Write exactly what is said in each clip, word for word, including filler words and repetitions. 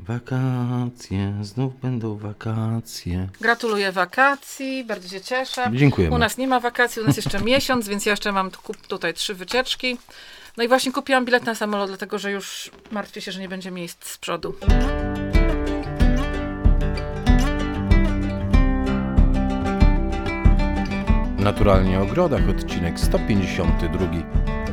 Wakacje, znów będą wakacje. Gratuluję wakacji, bardzo się cieszę. Dziękujemy. U nas nie ma wakacji, u nas jeszcze miesiąc, więc ja jeszcze mam tu, tutaj trzy wycieczki. No i właśnie kupiłam bilet na samolot, dlatego że już martwię się, że nie będzie miejsc z przodu. Naturalnie o ogrodach, odcinek sto pięćdziesiąty drugi.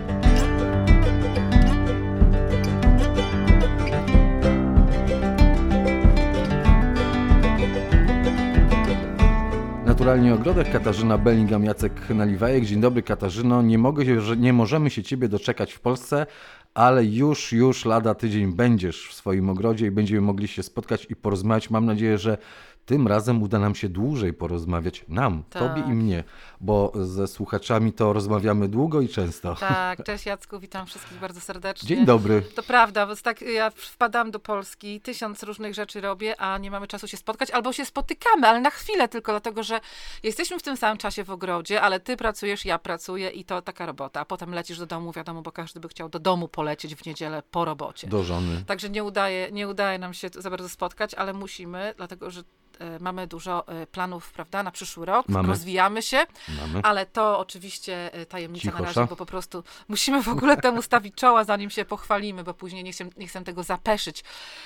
Naturalnie o ogrodach, Katarzyna Bellingham, Jacek Naliwajek. Dzień dobry, Katarzyno. Nie mogę się, że nie możemy się Ciebie doczekać w Polsce, ale już, już lada tydzień będziesz w swoim ogrodzie i będziemy mogli się spotkać i porozmawiać. Mam nadzieję, że tym razem uda nam się dłużej porozmawiać. Nam, Tak. Tobie i mnie, bo ze słuchaczami to rozmawiamy długo i często. Tak, cześć Jacku, witam wszystkich bardzo serdecznie. Dzień dobry. To prawda, bo tak ja wpadam do Polski, tysiąc różnych rzeczy robię, a nie mamy czasu się spotkać, albo się spotykamy, ale na chwilę tylko, dlatego że jesteśmy w tym samym czasie w ogrodzie, ale ty pracujesz, ja pracuję i to taka robota, a potem lecisz do domu, wiadomo, bo każdy by chciał do domu polecieć w niedzielę po robocie. Do żony. Także nie udaje, nie udaje nam się za bardzo spotkać, ale musimy, dlatego że mamy dużo planów, prawda, na przyszły rok, Mamy. Rozwijamy się, Mamy. ale to oczywiście tajemnica Cichosza. na razie, bo po prostu musimy w ogóle temu stawić czoła, zanim się pochwalimy, bo później nie chcę, nie chcę tego zapeszyć.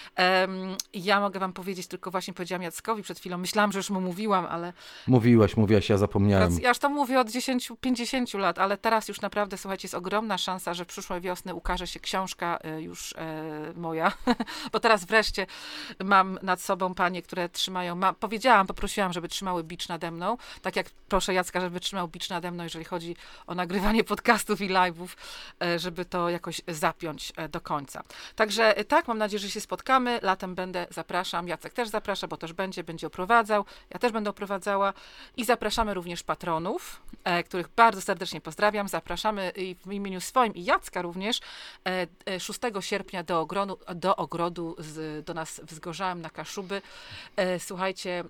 Um, ja mogę wam powiedzieć, tylko właśnie powiedziałam Jackowi przed chwilą, myślałam, że już mu mówiłam, ale... Mówiłaś, mówiłaś, ja zapomniałem. Ja już to mówię od dziesięć pięćdziesiąt lat, ale teraz już naprawdę, słuchajcie, jest ogromna szansa, że przyszłej wiosny ukaże się książka y, już e, moja, bo teraz wreszcie mam nad sobą panie, które trzymają, ma, powiedziałam, poprosiłam, żeby trzymały bicz nade mną, tak jak proszę Jacka, żeby trzymał bicz nade mną, jeżeli chodzi o nagrywanie podcastów i live'ów, e, żeby to jakoś zapiąć e, do końca. Także e, tak, mam nadzieję, że się spotkamy, latem będę, zapraszam, Jacek też zaprasza, bo też będzie, będzie oprowadzał, ja też będę oprowadzała i zapraszamy również patronów, e, których bardzo serdecznie pozdrawiam. Zapraszamy i w imieniu swoim i Jacka również e, e, szóstego sierpnia do ogrodu, do, ogrodu z, do nas w Zgorzałem na Kaszuby. E, słuchajcie,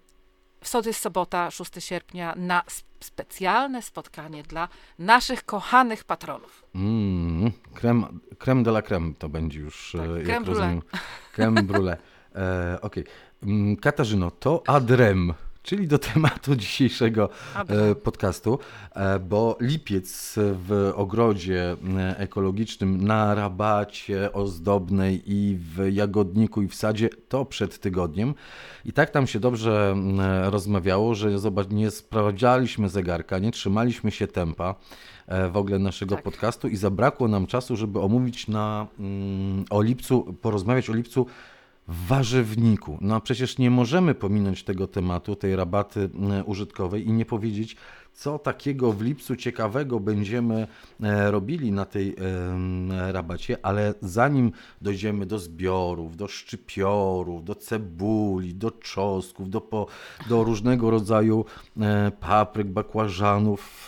w jest sobota, szóstego sierpnia, na specjalne spotkanie dla naszych kochanych patronów. Mm, creme, creme de la creme to będzie już, Tak, jak creme rozumiem. Creme brulee. E, Okej. Okay. Katarzyno, to adrem, czyli do tematu dzisiejszego e, podcastu, e, bo lipiec w ogrodzie ekologicznym na Rabacie Ozdobnej i w Jagodniku i w Sadzie to przed tygodniem. I tak tam się dobrze e, rozmawiało, że zobacz, nie sprawdzaliśmy zegarka, nie trzymaliśmy się tempa e, w ogóle naszego tak. podcastu i zabrakło nam czasu, żeby omówić na, mm, o lipcu, porozmawiać o lipcu w warzywniku. No a przecież nie możemy pominąć tego tematu, tej rabaty użytkowej i nie powiedzieć, co takiego w lipcu ciekawego będziemy robili na tej rabacie, ale zanim dojdziemy do zbiorów, do szczypiorów, do cebuli, do czosnków, do, po, do różnego rodzaju papryk, bakłażanów,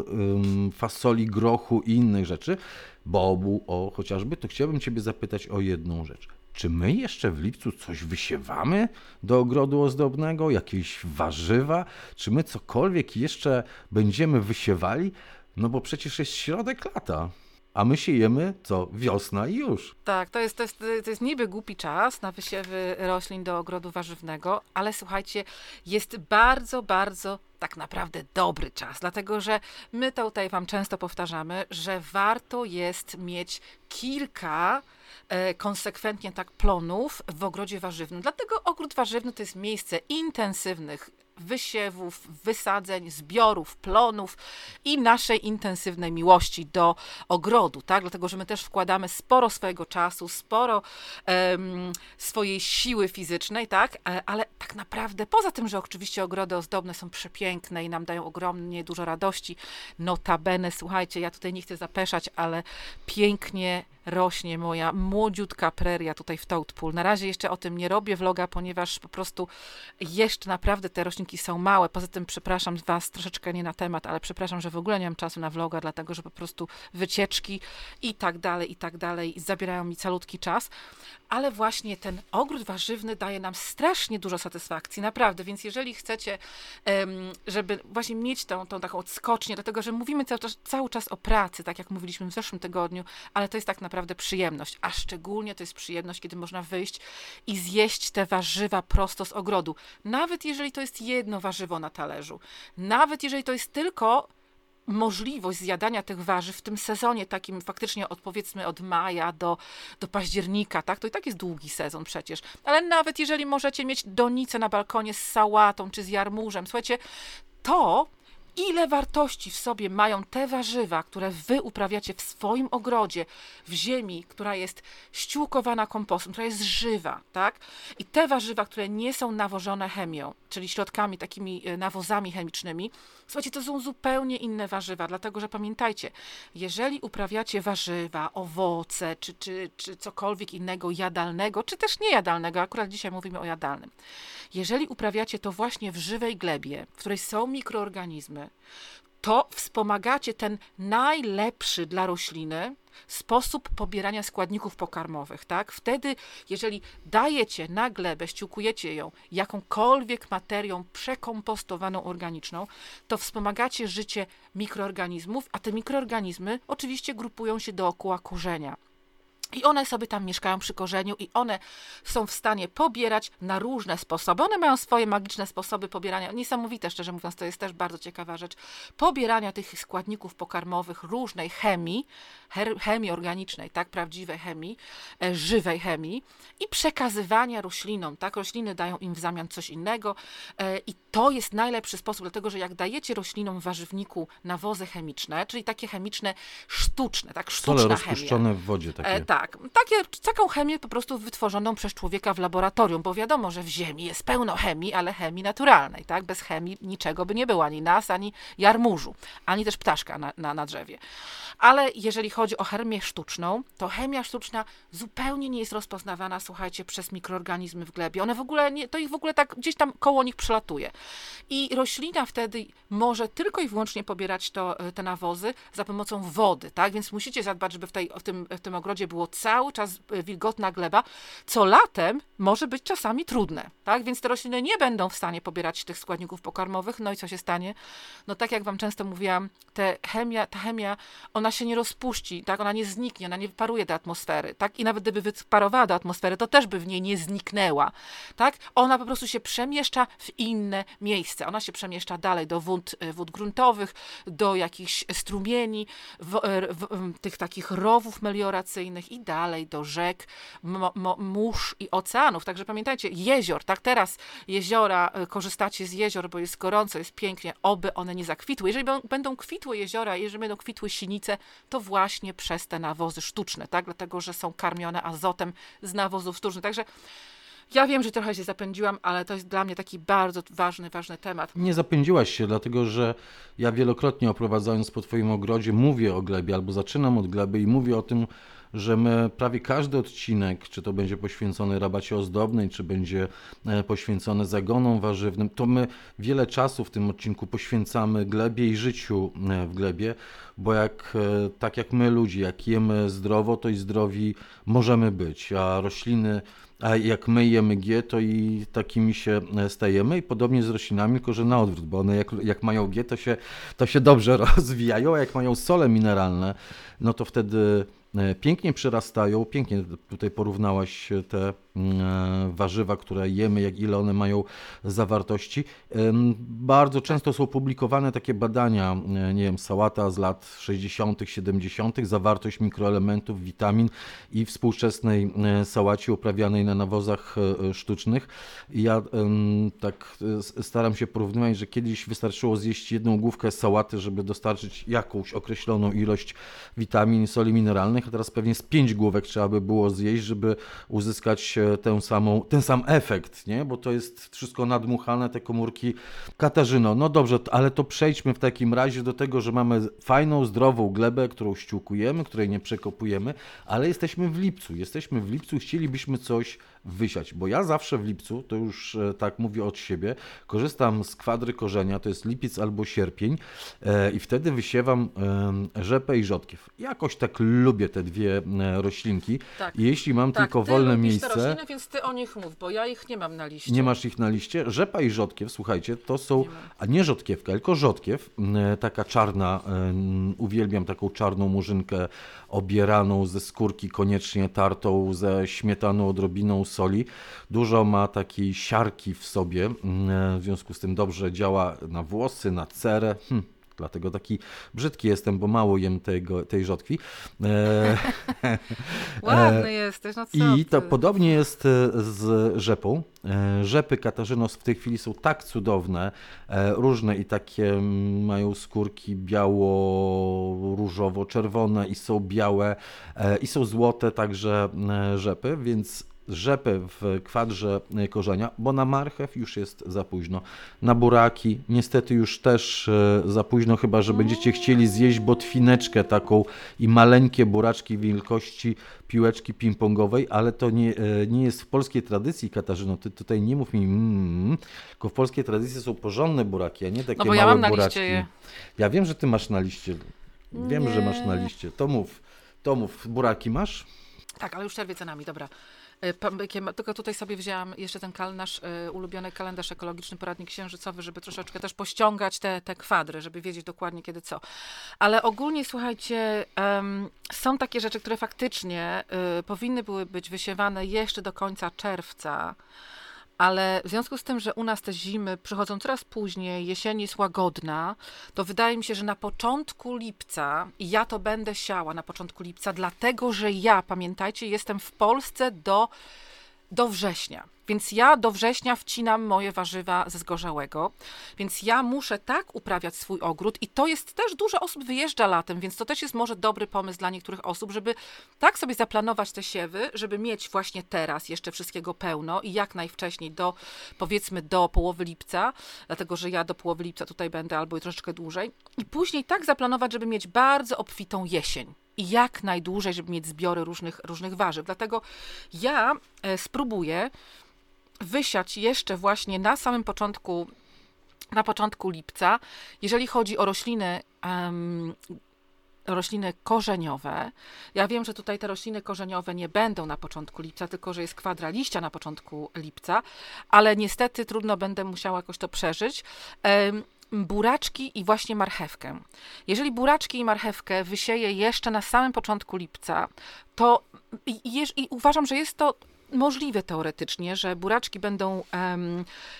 fasoli, grochu i innych rzeczy, bobu, o chociażby, to chciałbym Ciebie zapytać o jedną rzecz. Czy my jeszcze w lipcu coś wysiewamy do ogrodu ozdobnego, jakieś warzywa? Czy my cokolwiek jeszcze będziemy wysiewali? No bo przecież jest środek lata, a my siejemy co? Wiosna i już. Tak, to jest, to, jest, to jest niby głupi czas na wysiewy roślin do ogrodu warzywnego, ale słuchajcie, jest bardzo, bardzo tak naprawdę dobry czas, dlatego że my to tutaj wam często powtarzamy, że warto jest mieć kilka e, konsekwentnie tak plonów w ogrodzie warzywnym. Dlatego ogród warzywny to jest miejsce intensywnych wysiewów, wysadzeń, zbiorów, plonów i naszej intensywnej miłości do ogrodu, tak? Dlatego, że my też wkładamy sporo swojego czasu, sporo um, swojej siły fizycznej, tak? Ale tak naprawdę, poza tym, że oczywiście ogrody ozdobne są przepiękne i nam dają ogromnie dużo radości, notabene, słuchajcie, ja tutaj nie chcę zapeszać, ale pięknie rośnie moja młodziutka preria tutaj w Toadpool. Na razie jeszcze o tym nie robię vloga, ponieważ po prostu jeszcze naprawdę te roślinki są małe. Poza tym przepraszam was troszeczkę nie na temat, ale przepraszam, że w ogóle nie mam czasu na vloga, dlatego że po prostu wycieczki i tak dalej, i tak dalej zabierają mi calutki czas. Ale właśnie ten ogród warzywny daje nam strasznie dużo satysfakcji, naprawdę. Więc jeżeli chcecie, żeby właśnie mieć tą, tą taką odskocznię, dlatego że mówimy cały czas, cały czas o pracy, tak jak mówiliśmy w zeszłym tygodniu, ale to jest tak naprawdę naprawdę przyjemność, a szczególnie to jest przyjemność, kiedy można wyjść i zjeść te warzywa prosto z ogrodu. Nawet jeżeli to jest jedno warzywo na talerzu, nawet jeżeli to jest tylko możliwość zjadania tych warzyw w tym sezonie takim faktycznie od powiedzmy od maja do, do października, tak? To i tak jest długi sezon przecież. Ale nawet jeżeli możecie mieć donicę na balkonie z sałatą czy z jarmużem, słuchajcie, to ile wartości w sobie mają te warzywa, które wy uprawiacie w swoim ogrodzie, w ziemi, która jest ściółkowana kompostem, która jest żywa, tak? I te warzywa, które nie są nawożone chemią, czyli środkami, takimi nawozami chemicznymi, słuchajcie, to są zupełnie inne warzywa, dlatego że pamiętajcie, jeżeli uprawiacie warzywa, owoce, czy, czy, czy cokolwiek innego jadalnego, czy też niejadalnego, akurat dzisiaj mówimy o jadalnym, jeżeli uprawiacie to właśnie w żywej glebie, w której są mikroorganizmy, to wspomagacie ten najlepszy dla rośliny sposób pobierania składników pokarmowych, tak? Wtedy, jeżeli dajecie na glebę, ściółkujecie ją jakąkolwiek materią przekompostowaną organiczną, to wspomagacie życie mikroorganizmów, a te mikroorganizmy oczywiście grupują się dookoła korzenia. I one sobie tam mieszkają przy korzeniu i one są w stanie pobierać na różne sposoby. One mają swoje magiczne sposoby pobierania, niesamowite, szczerze mówiąc, to jest też bardzo ciekawa rzecz, pobierania tych składników pokarmowych różnej chemii, chemii organicznej, tak, prawdziwej chemii, e, żywej chemii i przekazywania roślinom, tak, rośliny dają im w zamian coś innego e, i to jest najlepszy sposób, dlatego że jak dajecie roślinom w warzywniku nawozy chemiczne, czyli takie chemiczne sztuczne, tak, sztuczna Sole chemia. rozpuszczone w wodzie takie. E, tak, takie, taką chemię po prostu wytworzoną przez człowieka w laboratorium, bo wiadomo, że w ziemi jest pełno chemii, ale chemii naturalnej, tak? Bez chemii niczego by nie było, ani nas, ani jarmużu, ani też ptaszka na, na, na drzewie. Ale jeżeli chodzi o chemię sztuczną, to chemia sztuczna zupełnie nie jest rozpoznawana, słuchajcie, przez mikroorganizmy w glebie. One w ogóle, nie, to ich w ogóle tak gdzieś tam koło nich przelatuje. I roślina wtedy może tylko i wyłącznie pobierać to, te nawozy za pomocą wody, tak? Więc musicie zadbać, żeby w, tej, w, tym, w tym ogrodzie było cały czas wilgotna gleba, co latem może być czasami trudne, tak? Więc te rośliny nie będą w stanie pobierać tych składników pokarmowych. No i co się stanie? No tak jak wam często mówiłam, te chemia, ta chemia, ona się nie rozpuści, tak? Ona nie zniknie, ona nie wyparuje do atmosfery, tak? I nawet gdyby wyparowała do atmosfery, to też by w niej nie zniknęła, tak? Ona po prostu się przemieszcza w inne miejsce. Ona się przemieszcza dalej do wód, wód gruntowych, do jakichś strumieni, w, w, w, tych takich rowów melioracyjnych i dalej do rzek, mo, mo, mórz i oceanów. Także pamiętajcie, jezior, tak? Teraz jeziora, korzystacie z jezior, bo jest gorąco, jest pięknie, oby one nie zakwitły. Jeżeli będą kwitły jeziora, jeżeli będą kwitły sinice, to właśnie przez te nawozy sztuczne, tak? Dlatego, że są karmione azotem z nawozów sztucznych. Także ja wiem, że trochę się zapędziłam, ale to jest dla mnie taki bardzo ważny, ważny temat. Nie zapędziłaś się, dlatego że ja wielokrotnie oprowadzając po Twoim ogrodzie mówię o glebie albo zaczynam od gleby i mówię o tym, że my prawie każdy odcinek, czy to będzie poświęcony rabacie ozdobnej, czy będzie poświęcony zagonom warzywnym, to my wiele czasu w tym odcinku poświęcamy glebie i życiu w glebie, bo jak, tak jak my ludzie, jak jemy zdrowo, to i zdrowi możemy być, a rośliny, a jak my jemy G, to i takimi się stajemy i podobnie z roślinami, tylko że na odwrót, bo one jak, jak mają G, to się, to się dobrze rozwijają, a jak mają sole mineralne, no to wtedy pięknie przyrastają, pięknie tutaj porównałaś te warzywa, które jemy, jak ile one mają zawartości. Bardzo często są publikowane takie badania, nie wiem, sałata z lat sześćdziesiątych, siedemdziesiątych, zawartość mikroelementów, witamin i współczesnej sałacie uprawianej na nawozach sztucznych. I ja tak staram się porównywać, że kiedyś wystarczyło zjeść jedną główkę sałaty, żeby dostarczyć jakąś określoną ilość witamin i soli mineralnych, a teraz pewnie z pięć główek trzeba by było zjeść, żeby uzyskać tę samą, ten sam efekt, nie? Bo to jest wszystko nadmuchane, te komórki. Katarzyno, no dobrze, ale to przejdźmy w takim razie do tego, że mamy fajną, zdrową glebę, którą ściółkujemy, której nie przekopujemy, ale jesteśmy w lipcu. Jesteśmy w lipcu, chcielibyśmy coś wysiać, bo ja zawsze w lipcu, to już e, tak mówię od siebie, korzystam z kwadry korzenia, to jest lipiec albo sierpień e, i wtedy wysiewam e, rzepę i rzodkiew. Jakoś tak lubię te dwie e, roślinki Tak. i jeśli mam Tak, tylko ty wolne lubisz miejsce... te rośliny, więc ty o nich mów, bo ja ich nie mam na liście. Nie masz ich na liście? Rzepa i rzodkiew, słuchajcie, to są, Nie mam. a nie rzodkiewka, tylko rzodkiew, e, taka czarna, e, uwielbiam taką czarną murzynkę obieraną ze skórki, koniecznie tartą ze śmietaną, odrobiną soli. Dużo ma takiej siarki w sobie, e, w związku z tym dobrze działa na włosy, na cerę. Hm. Dlatego taki brzydki jestem, bo mało jem tego, tej rzodkwi. E, Ładny jesteś, no co I to ty? podobnie jest e, z rzepą. E, Rzepy Katarzynos w tej chwili są tak cudowne, e, różne i takie mm, mają skórki biało-różowo-czerwone i są białe e, i są złote także e, rzepy, więc rzepy w kwadrze korzenia, bo na marchew już jest za późno. Na buraki niestety już też e, za późno, chyba że będziecie chcieli zjeść botwineczkę taką i maleńkie buraczki wielkości piłeczki ping-pongowej, ale to nie, e, nie jest w polskiej tradycji, Katarzyno, ty tutaj nie mów mi mm, tylko w polskiej tradycji są porządne buraki, a nie takie No bo ja małe mam na buraczki. liście je. Ja wiem, że ty masz na liście. Wiem, Nie. że masz na liście. To mów, to mów. Buraki masz? Tak, ale już czerwiec za nami, dobra. E, pa- jakie- Tylko tutaj sobie wzięłam jeszcze ten kalendarz, e, ulubiony kalendarz ekologiczny, poradnik księżycowy, żeby troszeczkę też pościągać te, te kwadry, żeby wiedzieć dokładnie kiedy co. Ale ogólnie, słuchajcie, em, są takie rzeczy, które faktycznie e, powinny były być wysiewane jeszcze do końca czerwca, ale w związku z tym, że u nas te zimy przychodzą coraz później, jesień jest łagodna, to wydaje mi się, że na początku lipca, i ja to będę siała na początku lipca, dlatego że ja, pamiętajcie, jestem w Polsce do, do września. Więc ja do września wcinam moje warzywa ze zgorzałego, więc ja muszę tak uprawiać swój ogród i to jest też, dużo osób wyjeżdża latem, więc to też jest może dobry pomysł dla niektórych osób, żeby tak sobie zaplanować te siewy, żeby mieć właśnie teraz jeszcze wszystkiego pełno i jak najwcześniej do, powiedzmy do połowy lipca, dlatego że ja do połowy lipca tutaj będę albo i troszeczkę dłużej i później tak zaplanować, żeby mieć bardzo obfitą jesień. I jak najdłużej, żeby mieć zbiory różnych, różnych warzyw. Dlatego ja e, spróbuję wysiać jeszcze właśnie na samym początku, na początku lipca, jeżeli chodzi o rośliny, um, rośliny korzeniowe. Ja wiem, że tutaj te rośliny korzeniowe nie będą na początku lipca, tylko że jest kwadra liścia na początku lipca, ale niestety trudno będę musiała jakoś to przeżyć. Um, buraczki i właśnie marchewkę. Jeżeli buraczki i marchewkę wysieję jeszcze na samym początku lipca, to i, i, i uważam, że jest to możliwe teoretycznie, że buraczki będą um,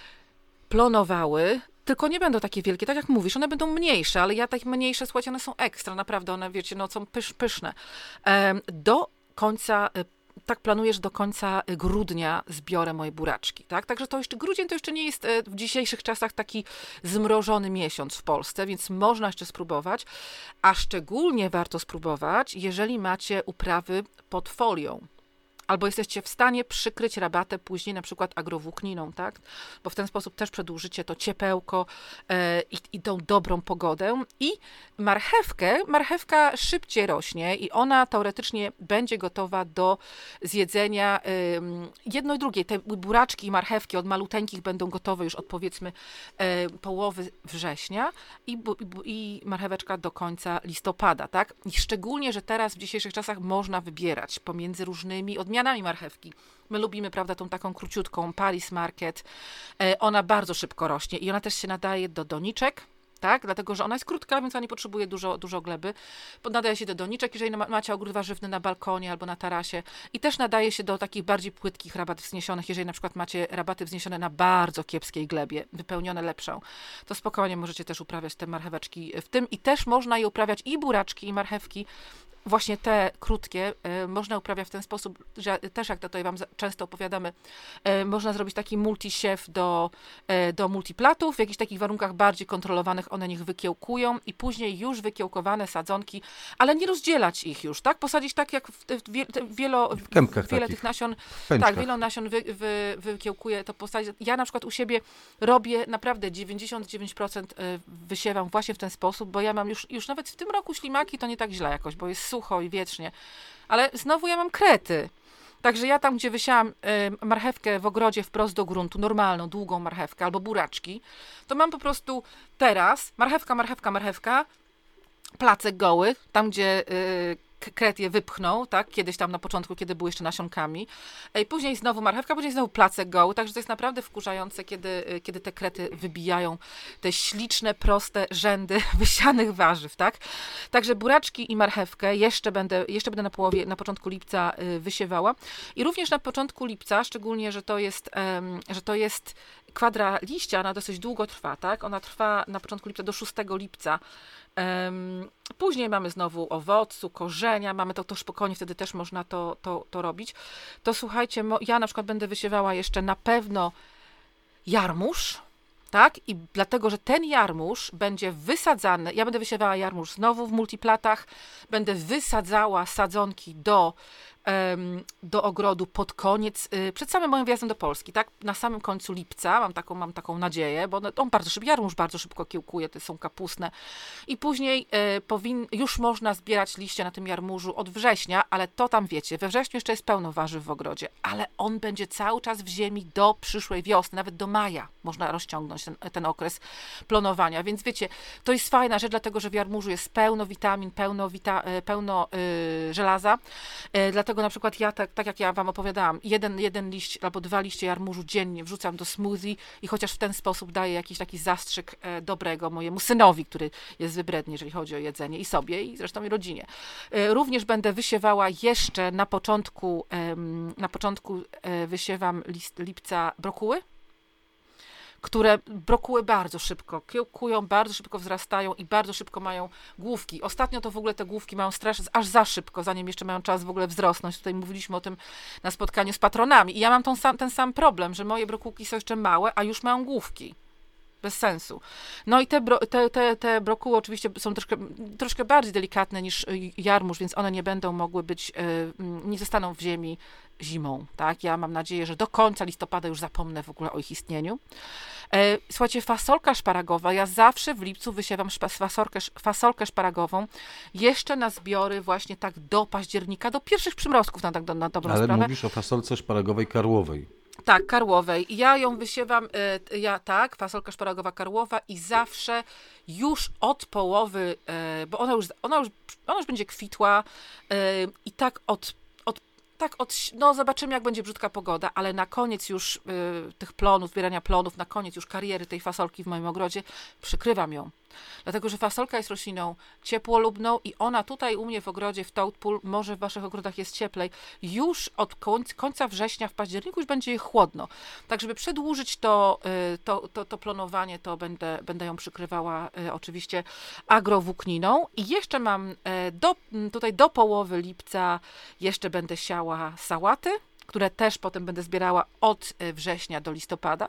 plonowały, tylko nie będą takie wielkie, tak jak mówisz, one będą mniejsze, ale ja tak mniejsze, słuchajcie, one są ekstra, naprawdę one, wiecie, no są pysz, pyszne. Um, do końca, tak planuję, że do końca grudnia zbiorę moje buraczki, tak? Także to jeszcze, grudzień to jeszcze nie jest w dzisiejszych czasach taki zmrożony miesiąc w Polsce, więc można jeszcze spróbować, a szczególnie warto spróbować, jeżeli macie uprawy pod folią. Albo jesteście w stanie przykryć rabatę później na przykład agrowłókniną, tak? Bo w ten sposób też przedłużycie to ciepełko e, i, i tą dobrą pogodę. I marchewkę, marchewka szybciej rośnie i ona teoretycznie będzie gotowa do zjedzenia. E, jedno i drugie, te buraczki i marchewki od maluteńkich będą gotowe już od powiedzmy e, połowy września i, bu, i, i marcheweczka do końca listopada, tak? I szczególnie, że teraz w dzisiejszych czasach można wybierać pomiędzy różnymi odmianami marchewki. My lubimy, prawda, tą taką króciutką Paris Market. E, ona bardzo szybko rośnie i ona też się nadaje do doniczek, tak? Dlatego, że ona jest krótka, więc ona nie potrzebuje dużo, dużo gleby. Nadaje się do doniczek, jeżeli macie ogród warzywny na balkonie albo na tarasie. I też nadaje się do takich bardziej płytkich rabat wzniesionych, jeżeli na przykład macie rabaty wzniesione na bardzo kiepskiej glebie, wypełnione lepszą, to spokojnie możecie też uprawiać te marcheweczki w tym i też można je uprawiać i buraczki, i marchewki. Właśnie te krótkie y, można uprawiać w ten sposób, że też jak tutaj wam za, często opowiadamy, y, można zrobić taki multisiew do, y, do multiplatów, w jakichś takich warunkach bardziej kontrolowanych one niech wykiełkują i później już wykiełkowane sadzonki, ale nie rozdzielać ich już, tak? Posadzić tak jak w, w, wie, wielo, W kępkach wiele takich, tych nasion, w pęczkach. tak, wiele nasion wy, wy, wykiełkuje, to posadzić. Ja na przykład u siebie robię naprawdę dziewięćdziesiąt dziewięć procent wysiewam właśnie w ten sposób, bo ja mam już, już nawet w tym roku ślimaki to nie tak źle jakoś, bo jest sucho i wiecznie. Ale znowu ja mam krety. Także ja tam, gdzie wysiałam y, marchewkę w ogrodzie wprost do gruntu, normalną, długą marchewkę albo buraczki, to mam po prostu teraz marchewka, marchewka, marchewka, placek goły, tam gdzie y, kret je wypchnął, tak, kiedyś tam na początku, kiedy były jeszcze nasionkami. I później znowu marchewka, później znowu placek goły, także to jest naprawdę wkurzające, kiedy, kiedy te krety wybijają te śliczne, proste rzędy wysianych warzyw, tak. Także buraczki i marchewkę jeszcze będę, jeszcze będę na połowie, na początku lipca wysiewała. I również na początku lipca, szczególnie, że to jest, um, że to jest kwadra liścia, ona dosyć długo trwa, tak, ona trwa na początku lipca do szóstego lipca. Um, później mamy znowu owocu, korzenia, mamy to, to spokojnie, wtedy też można to, to, to robić. To słuchajcie, mo, ja na przykład będę wysiewała jeszcze na pewno jarmuż, tak? I dlatego, że ten jarmuż będzie wysadzany, ja będę wysiewała jarmuż znowu w multiplatach, będę wysadzała sadzonki do, um, do ogrodu pod koniec, y, przed samym moim wjazdem do Polski, tak? Na samym końcu lipca, mam taką, mam taką nadzieję, bo on, on bardzo szybko, jarmuż bardzo szybko kiełkuje, te są kapustne. I później y, powin, już można zbierać liście na tym jarmużu od września, ale to tam wiecie, we wrześniu jeszcze jest pełno warzyw w ogrodzie, ale on będzie cały czas w ziemi do przyszłej wiosny, nawet do maja można rozciągnąć ten, ten okres plonowania, więc wiecie, to jest fajna rzecz, dlatego, że w jarmużu jest pełno witamin, pełno, wita, pełno y, żelaza, y, dlatego na przykład ja, tak, tak jak ja wam opowiadałam, jeden, jeden liść albo dwa liście jarmużu dziennie wrzucam do smoothie i chociaż w ten sposób daję jakiś taki zastrzyk e, dobrego mojemu synowi, który jest wybredny, jeżeli chodzi o jedzenie, i sobie, i zresztą i rodzinie. E, również będę wysiewała jeszcze na początku, e, na początku e, wysiewam list, lipca brokuły, które brokuły bardzo szybko kiełkują, bardzo szybko wzrastają i bardzo szybko mają główki. Ostatnio to w ogóle te główki mają strasznie, aż za szybko, zanim jeszcze mają czas w ogóle wzrosnąć. Tutaj mówiliśmy o tym na spotkaniu z patronami. I ja mam tą sam, ten sam problem, że moje brokułki są jeszcze małe, a już mają główki. Bez sensu. No i te, bro, te, te, te brokuły oczywiście są troszkę, troszkę bardziej delikatne niż jarmuż, więc one nie będą mogły być, nie zostaną w ziemi zimą, tak? Ja mam nadzieję, że do końca listopada już zapomnę w ogóle o ich istnieniu. Słuchajcie, fasolka szparagowa, ja zawsze w lipcu wysiewam fasolkę, fasolkę szparagową jeszcze na zbiory właśnie tak do października, do pierwszych przymrozków na, tak, na, na dobrą Ale sprawę. mówisz o fasolce szparagowej karłowej. Tak, karłowej. I ja ją wysiewam, y, ja tak, fasolka szparagowa karłowa i zawsze już od połowy, y, bo ona już, ona już, ona już będzie kwitła y, i tak od, od, tak od, no zobaczymy jak będzie brzydka pogoda, ale na koniec już y, tych plonów, zbierania plonów, na koniec już kariery tej fasolki w moim ogrodzie, przykrywam ją. Dlatego, że fasolka jest rośliną ciepłolubną i ona tutaj u mnie w ogrodzie, w Toadpool, może w waszych ogrodach jest cieplej, już od końca września, w październiku już będzie jej chłodno. Tak, żeby przedłużyć to, to, to, to plonowanie, to będę, będę ją przykrywała oczywiście agrowłókniną. I jeszcze mam do, tutaj do połowy lipca jeszcze będę siała sałaty, które też potem będę zbierała od września do listopada,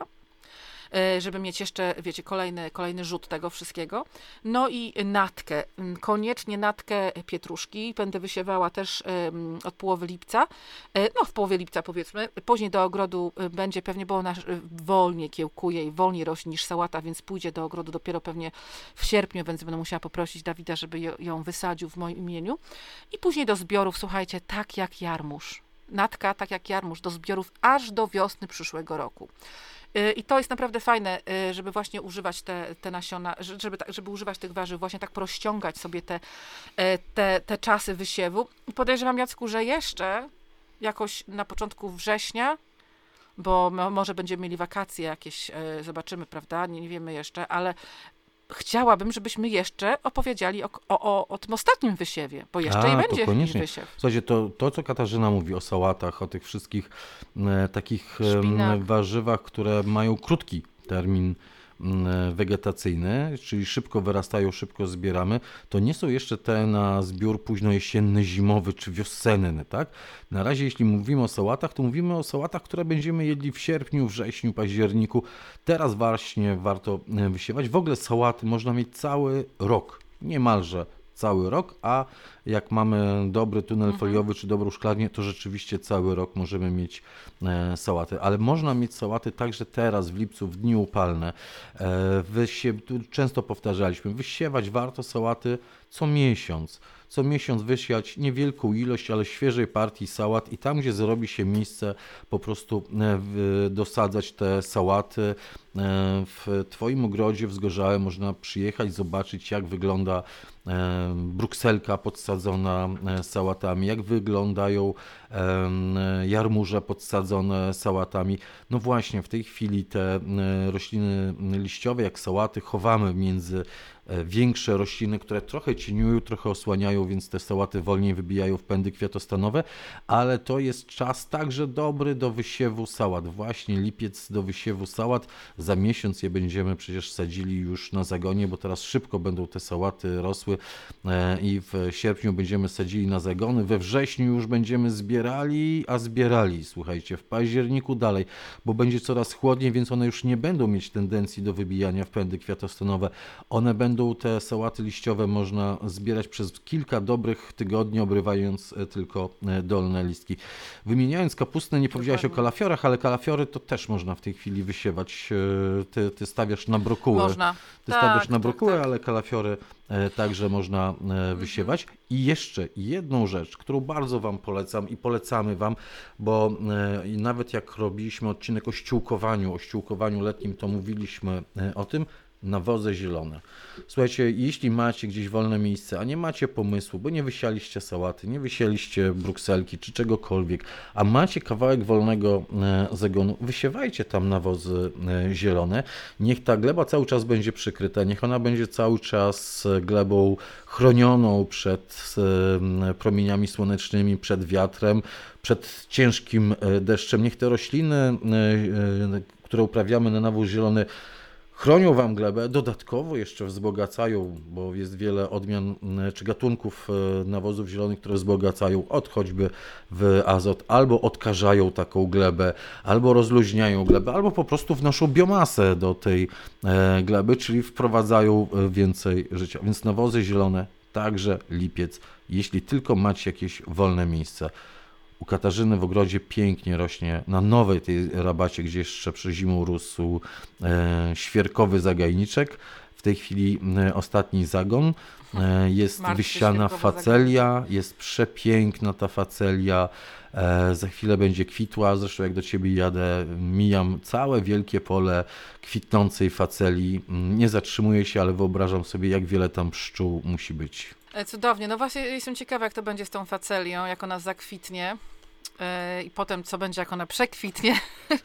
żeby mieć jeszcze, wiecie, kolejny, kolejny rzut tego wszystkiego. No i natkę, koniecznie natkę pietruszki, będę wysiewała też um, od połowy lipca, no w połowie lipca powiedzmy, później do ogrodu będzie pewnie, bo ona wolniej kiełkuje i wolniej rośnie niż sałata, więc pójdzie do ogrodu dopiero pewnie w sierpniu, więc będę musiała poprosić Dawida, żeby ją wysadził w moim imieniu. I później do zbiorów, słuchajcie, tak jak jarmuż. Natka, tak jak jarmuż, do zbiorów aż do wiosny przyszłego roku. I to jest naprawdę fajne, żeby właśnie używać te, te nasiona, żeby, żeby używać tych warzyw, właśnie tak rozciągać sobie te, te, te czasy wysiewu. I podejrzewam, Jacku, że jeszcze jakoś na początku września, bo może będziemy mieli wakacje jakieś, zobaczymy, prawda, nie, nie wiemy jeszcze, ale chciałabym, żebyśmy jeszcze opowiedzieli o, o, o, o tym ostatnim wysiewie, bo jeszcze A, i to będzie koniecznie. wysiew. Słuchajcie, to, to, co Katarzyna mówi o sałatach, o tych wszystkich e, takich Szpinak. e, warzywach, które mają krótki termin e, wegetacyjny, czyli szybko wyrastają, szybko zbieramy, to nie są jeszcze te na zbiór późno jesienny, zimowy czy wiosenny, tak? Na razie, jeśli mówimy o sałatach, to mówimy o sałatach, które będziemy jedli w sierpniu, wrześniu, październiku. Teraz właśnie warto wysiewać. W ogóle sałaty można mieć cały rok, niemalże cały rok, a jak mamy dobry tunel Mhm. foliowy czy dobrą szklarnię, to rzeczywiście cały rok możemy mieć e, sałaty. Ale można mieć sałaty także teraz, w lipcu, w dni upalne. E, wysie, tu często powtarzaliśmy, wysiewać warto sałaty co miesiąc. co miesiąc wysiać niewielką ilość, ale świeżej partii sałat i tam, gdzie zrobi się miejsce, po prostu dosadzać te sałaty. W Twoim ogrodzie w Zgorzałe można przyjechać, zobaczyć, jak wygląda brukselka podsadzona sałatami, jak wyglądają jarmuże podsadzone sałatami. No właśnie, w tej chwili te rośliny liściowe, jak sałaty, chowamy między większe rośliny, które trochę cieniują, trochę osłaniają, więc te sałaty wolniej wybijają w pędy kwiatostanowe, ale to jest czas także dobry do wysiewu sałat. Właśnie lipiec do wysiewu sałat. Za miesiąc je będziemy przecież sadzili już na zagonie, bo teraz szybko będą te sałaty rosły i w sierpniu będziemy sadzili na zagony. We wrześniu już będziemy zbierali, a zbierali, słuchajcie, w październiku dalej, bo będzie coraz chłodniej, więc one już nie będą mieć tendencji do wybijania w pędy kwiatostanowe. One będą te sałaty liściowe można zbierać przez kilka dobrych tygodni, obrywając tylko dolne listki. Wymieniając kapustę, nie powiedziałaś o kalafiorach, ale kalafiory to też można w tej chwili wysiewać. Ty, ty stawiasz na brokułę. Można. Ty tak, stawiasz na tak, brokułę, tak. ale kalafiory także można wysiewać. I jeszcze jedną rzecz, którą bardzo Wam polecam i polecamy Wam, bo nawet jak robiliśmy odcinek o ściółkowaniu, o ściółkowaniu letnim, to mówiliśmy o tym, nawozy zielone. Słuchajcie, jeśli macie gdzieś wolne miejsce, a nie macie pomysłu, bo nie wysialiście sałaty, nie wysialiście brukselki czy czegokolwiek, a macie kawałek wolnego zagonu, wysiewajcie tam nawozy zielone. Niech ta gleba cały czas będzie przykryta, niech ona będzie cały czas glebą chronioną przed promieniami słonecznymi, przed wiatrem, przed ciężkim deszczem. Niech te rośliny, które uprawiamy na nawóz zielony, chronią Wam glebę, dodatkowo jeszcze wzbogacają, bo jest wiele odmian czy gatunków nawozów zielonych, które wzbogacają od choćby w azot, albo odkażają taką glebę, albo rozluźniają glebę, albo po prostu wnoszą biomasę do tej gleby, czyli wprowadzają więcej życia. Więc nawozy zielone, także lipiec, jeśli tylko macie jakieś wolne miejsce. U Katarzyny w ogrodzie pięknie rośnie na nowej tej rabacie, gdzie jeszcze przy zimą rósł e, świerkowy zagajniczek. W tej chwili e, ostatni zagon. E, jest Martwy wysiana facelia, zagajniczek. jest przepiękna ta facelia. E, za chwilę będzie kwitła. Zresztą jak do Ciebie jadę, mijam całe wielkie pole kwitnącej faceli. Nie zatrzymuję się, ale wyobrażam sobie, jak wiele tam pszczół musi być. Cudownie. No właśnie jestem ciekawa, jak to będzie z tą facelią, jak ona zakwitnie yy, i potem co będzie, jak ona przekwitnie.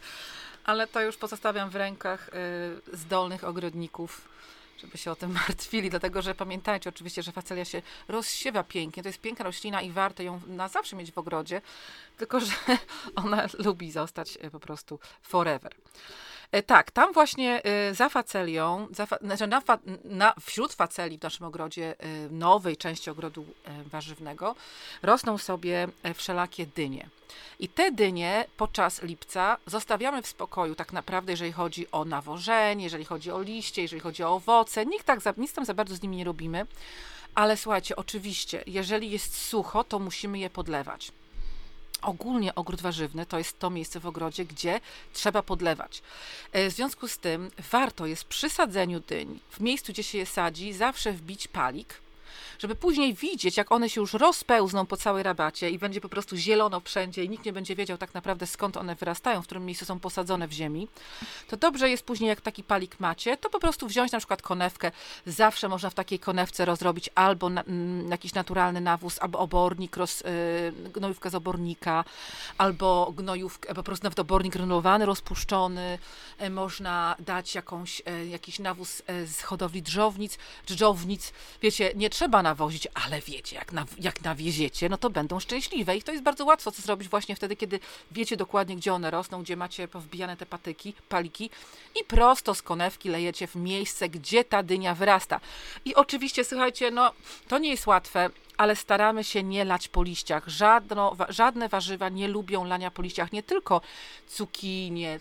Ale to już pozostawiam w rękach yy, zdolnych ogrodników, żeby się o tym martwili, dlatego że pamiętajcie oczywiście, że facelia się rozsiewa pięknie. To jest piękna roślina i warto ją na zawsze mieć w ogrodzie, tylko że ona lubi zostać po prostu forever. Tak, tam właśnie za facelią, za fa, znaczy na, fa, na, wśród faceli w naszym ogrodzie, nowej części ogrodu warzywnego, rosną sobie wszelakie dynie. I te dynie podczas lipca zostawiamy w spokoju tak naprawdę, jeżeli chodzi o nawożenie, jeżeli chodzi o liście, jeżeli chodzi o owoce. Nikt tak za, nic tam za bardzo z nimi nie robimy. Ale słuchajcie, oczywiście, jeżeli jest sucho, to musimy je podlewać. Ogólnie ogród warzywny to jest to miejsce w ogrodzie, gdzie trzeba podlewać. W związku z tym warto jest przy sadzeniu dyń, w miejscu, gdzie się je sadzi, zawsze wbić palik, żeby później widzieć, jak one się już rozpełzną po całej rabacie i będzie po prostu zielono wszędzie i nikt nie będzie wiedział tak naprawdę, skąd one wyrastają, w którym miejscu są posadzone w ziemi. To dobrze jest później, jak taki palik macie, to po prostu wziąć na przykład konewkę. Zawsze można w takiej konewce rozrobić albo na, m, jakiś naturalny nawóz, albo obornik, roz, y, gnojówkę z obornika, albo gnojówkę, po prostu nawet obornik granulowany, rozpuszczony. Y, można dać jakąś, y, jakiś nawóz y, z hodowli drzownic, dżdżownic. Wiecie, nie trzeba nawozić, ale wiecie, jak, na, jak nawieziecie, no to będą szczęśliwe. I to jest bardzo łatwo co zrobić właśnie wtedy, kiedy wiecie dokładnie, gdzie one rosną, gdzie macie powbijane te patyki, paliki i prosto z konewki lejecie w miejsce, gdzie ta dynia wyrasta. I oczywiście, słuchajcie, no to nie jest łatwe, ale staramy się nie lać po liściach. Żadno, wa, żadne warzywa nie lubią lania po liściach, nie tylko cukinie,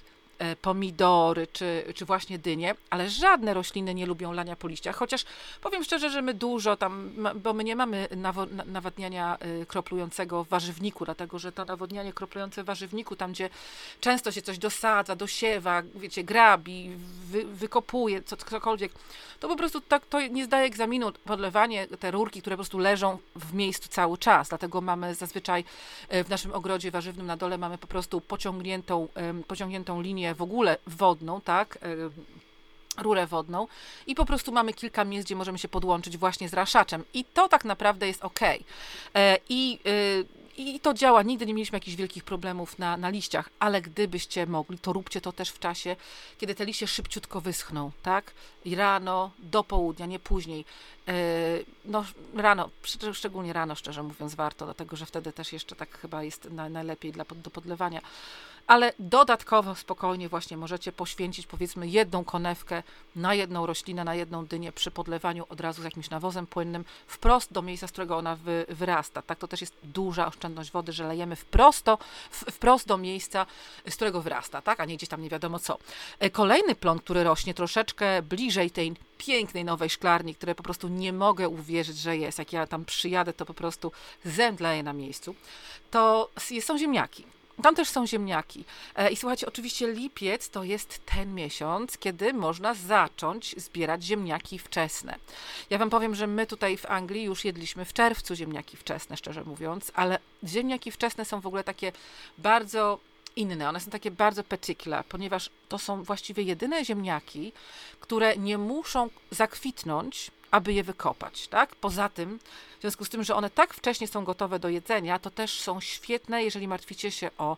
e, pomidory, czy, czy właśnie dynie, ale żadne rośliny nie lubią lania po liściach, chociaż powiem szczerze, że my dużo tam, ma, bo my nie mamy nawo, na, nawadniania y, kroplującego w warzywniku, dlatego, że to nawodnianie kroplujące w warzywniku, tam gdzie często się coś dosadza, dosiewa, wiecie, grabi, wy, wykopuje, co, cokolwiek, to po prostu tak, to nie zdaje egzaminu podlewanie, te rurki, które po prostu leżą w miejscu cały czas, dlatego mamy zazwyczaj w naszym ogrodzie warzywnym na dole mamy po prostu pociągniętą, pociągniętą linię w ogóle wodną, tak, rurę wodną i po prostu mamy kilka miejsc, gdzie możemy się podłączyć właśnie z raszaczem i to tak naprawdę jest ok. I I to działa, nigdy nie mieliśmy jakichś wielkich problemów na, na liściach, ale gdybyście mogli, to róbcie to też w czasie, kiedy te liście szybciutko wyschną, tak? I rano, do południa, nie później. Yy, no rano, szczególnie rano, szczerze mówiąc, warto, dlatego, że wtedy też jeszcze tak chyba jest na, najlepiej dla, do podlewania. Ale dodatkowo spokojnie właśnie możecie poświęcić powiedzmy jedną konewkę na jedną roślinę, na jedną dynię przy podlewaniu od razu z jakimś nawozem płynnym wprost do miejsca, z którego ona wy, wyrasta. Tak, to też jest duża oszczędność wody, że lejemy wprosto, w, wprost do miejsca, z którego wyrasta, tak, a nie gdzieś tam nie wiadomo co. Kolejny plon, który rośnie troszeczkę bliżej tej pięknej nowej szklarni, które po prostu nie mogę uwierzyć, że jest. Jak ja tam przyjadę, to po prostu zemdleję na miejscu. To są ziemniaki. Tam też są ziemniaki. I słuchajcie, oczywiście lipiec to jest ten miesiąc, kiedy można zacząć zbierać ziemniaki wczesne. Ja wam powiem, że my tutaj w Anglii już jedliśmy w czerwcu ziemniaki wczesne, szczerze mówiąc, ale ziemniaki wczesne są w ogóle takie bardzo inne. One są takie bardzo particular, ponieważ to są właściwie jedyne ziemniaki, które nie muszą zakwitnąć, aby je wykopać, tak? Poza tym, w związku z tym, że one tak wcześnie są gotowe do jedzenia, to też są świetne, jeżeli martwicie się o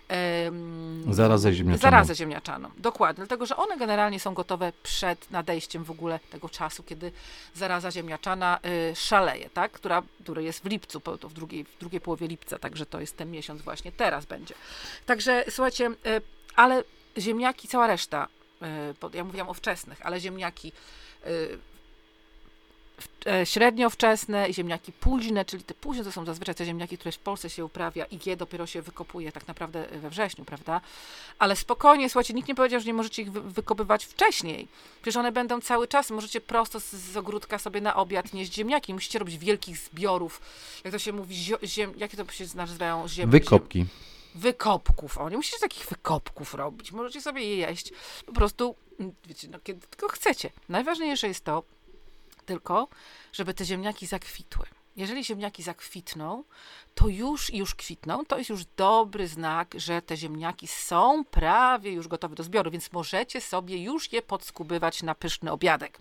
em, zarazę ziemniaczaną. zarazę ziemniaczaną. Dokładnie, dlatego, że one generalnie są gotowe przed nadejściem w ogóle tego czasu, kiedy zaraza ziemniaczana y, szaleje, tak? Która, który jest w lipcu, to w drugiej, w drugiej połowie lipca, także to jest ten miesiąc właśnie, teraz będzie. Także słuchajcie, y, ale ziemniaki, cała reszta, y, ja mówiłam o wczesnych, ale ziemniaki y, średnio wczesne i ziemniaki późne, czyli te późne to są zazwyczaj te ziemniaki, które w Polsce się uprawia i je dopiero się wykopuje tak naprawdę we wrześniu, prawda? Ale spokojnie, słuchajcie, nikt nie powiedział, że nie możecie ich wy- wykopywać wcześniej. Przecież one będą cały czas, możecie prosto z, z ogródka sobie na obiad nieść ziemniaki, nie musicie robić wielkich zbiorów, jak to się mówi, zio- ziem, jakie to się nazywają? Ziem, Wykopki. Ziem, wykopków. O, nie musicie takich wykopków robić, możecie sobie je jeść po prostu, wiecie, no, kiedy tylko chcecie. Najważniejsze jest to, tylko, żeby te ziemniaki zakwitły. Jeżeli ziemniaki zakwitną, to już już kwitną, to jest już dobry znak, że te ziemniaki są prawie już gotowe do zbioru, więc możecie sobie już je podskubywać na pyszny obiadek.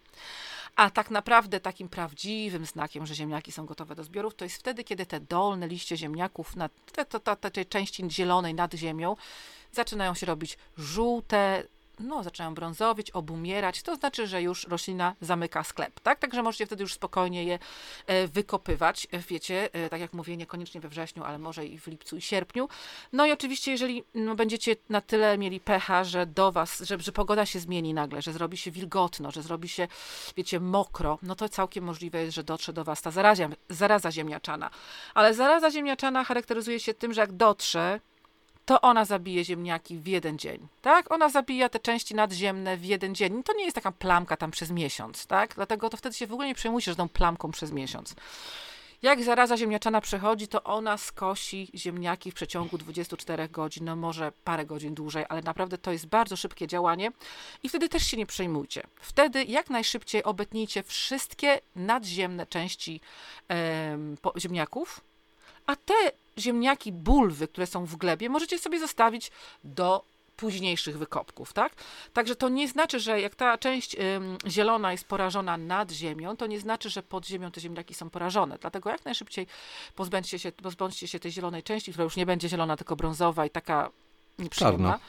A tak naprawdę takim prawdziwym znakiem, że ziemniaki są gotowe do zbiorów, to jest wtedy, kiedy te dolne liście ziemniaków, na te, te, te, tej części zielonej nad ziemią, zaczynają się robić żółte, no, zaczynają brązowieć, obumierać, to znaczy, że już roślina zamyka sklep, tak? Także możecie wtedy już spokojnie je e, wykopywać, wiecie, e, tak jak mówię, niekoniecznie we wrześniu, ale może i w lipcu i sierpniu. No i oczywiście, jeżeli no, będziecie na tyle mieli pecha, że do was, że, że pogoda się zmieni nagle, że zrobi się wilgotno, że zrobi się, wiecie, mokro, no to całkiem możliwe jest, że dotrze do was ta zaraza, zaraza ziemniaczana. Ale zaraza ziemniaczana charakteryzuje się tym, że jak dotrze, to ona zabije ziemniaki w jeden dzień, tak? Ona zabija te części nadziemne w jeden dzień. To nie jest taka plamka tam przez miesiąc, tak? Dlatego to wtedy się w ogóle nie przejmujcie, że tą plamką przez miesiąc. Jak zaraza ziemniaczana przechodzi, to ona skosi ziemniaki w przeciągu dwudziestu czterech godzin, no może parę godzin dłużej, ale naprawdę to jest bardzo szybkie działanie i wtedy też się nie przejmujcie. Wtedy jak najszybciej obetnijcie wszystkie nadziemne części em, po, ziemniaków, a te ziemniaki, bulwy, które są w glebie, możecie sobie zostawić do późniejszych wykopków, tak? Także to nie znaczy, że jak ta część ym, zielona jest porażona nad ziemią, to nie znaczy, że pod ziemią te ziemniaki są porażone. Dlatego jak najszybciej pozbądźcie się, pozbądźcie się tej zielonej części, która już nie będzie zielona, tylko brązowa i taka nieprzyjemna. Czarna.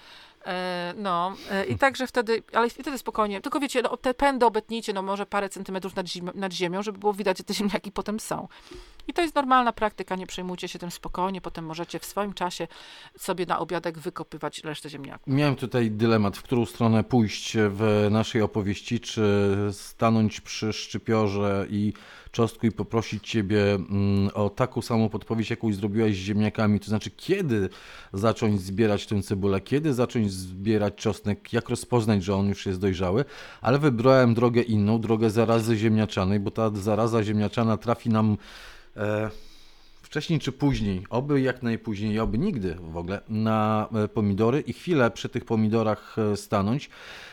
E, no e, i także wtedy, ale wtedy spokojnie, tylko wiecie, no, te pędy obetnijcie, no może parę centymetrów nad, zim, nad ziemią, żeby było widać, że te ziemniaki potem są. I to jest normalna praktyka, nie przejmujcie się tym spokojnie, potem możecie w swoim czasie sobie na obiadek wykopywać resztę ziemniaków. Miałem tutaj dylemat, w którą stronę pójść w naszej opowieści, czy stanąć przy szczypiorze i czosnku i poprosić Ciebie mm, o taką samą podpowiedź, jaką zrobiłaś z ziemniakami, to znaczy kiedy zacząć zbierać tę cebulę, kiedy zacząć zbierać czosnek, jak rozpoznać, że on już jest dojrzały, ale wybrałem drogę inną, drogę zarazy ziemniaczanej, bo ta zaraza ziemniaczana trafi nam e, wcześniej czy później, oby jak najpóźniej, oby nigdy w ogóle, na e, pomidory i chwilę przy tych pomidorach e, stanąć,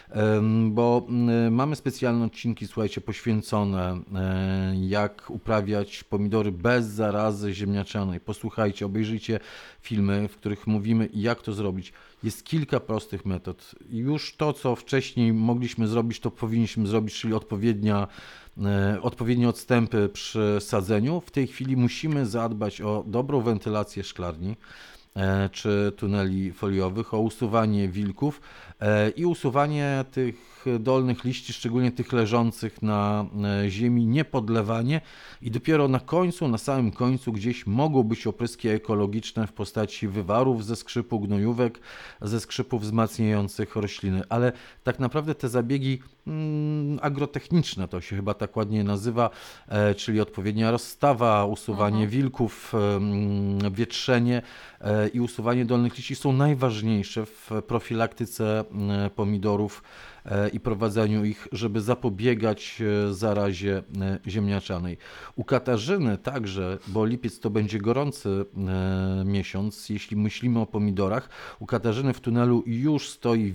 em, bo m, mamy specjalne odcinki, słuchajcie, poświęcone e, jak uprawiać pomidory bez zarazy ziemniaczanej. Posłuchajcie, obejrzyjcie filmy, w których mówimy, jak to zrobić. Jest kilka prostych metod. Już to, co wcześniej mogliśmy zrobić, to powinniśmy zrobić, czyli odpowiednia e, odpowiednie odstępy przy sadzeniu. W tej chwili musimy zadbać o dobrą wentylację szklarni e, czy tuneli foliowych, o usuwanie wilków e, i usuwanie tych dolnych liści, szczególnie tych leżących na e, ziemi, niepodlewanie i dopiero na końcu, na samym końcu gdzieś mogą być opryski ekologiczne w postaci wywarów ze skrzypu, gnojówek, ze skrzypów wzmacniających rośliny, ale tak naprawdę te zabiegi mm, agrotechniczne, to się chyba tak ładnie nazywa, e, czyli odpowiednia rozstawa, usuwanie wilków, em, wietrzenie e, i usuwanie dolnych liści są najważniejsze w profilaktyce e, pomidorów e, i prowadzeniu ich, żeby zapobiegać e, zarazie e, ziemniaczanej. U Katarzyny także, bo lipiec to będzie gorący e, miesiąc, jeśli myślimy o pomidorach, u Katarzyny w tunelu już stoi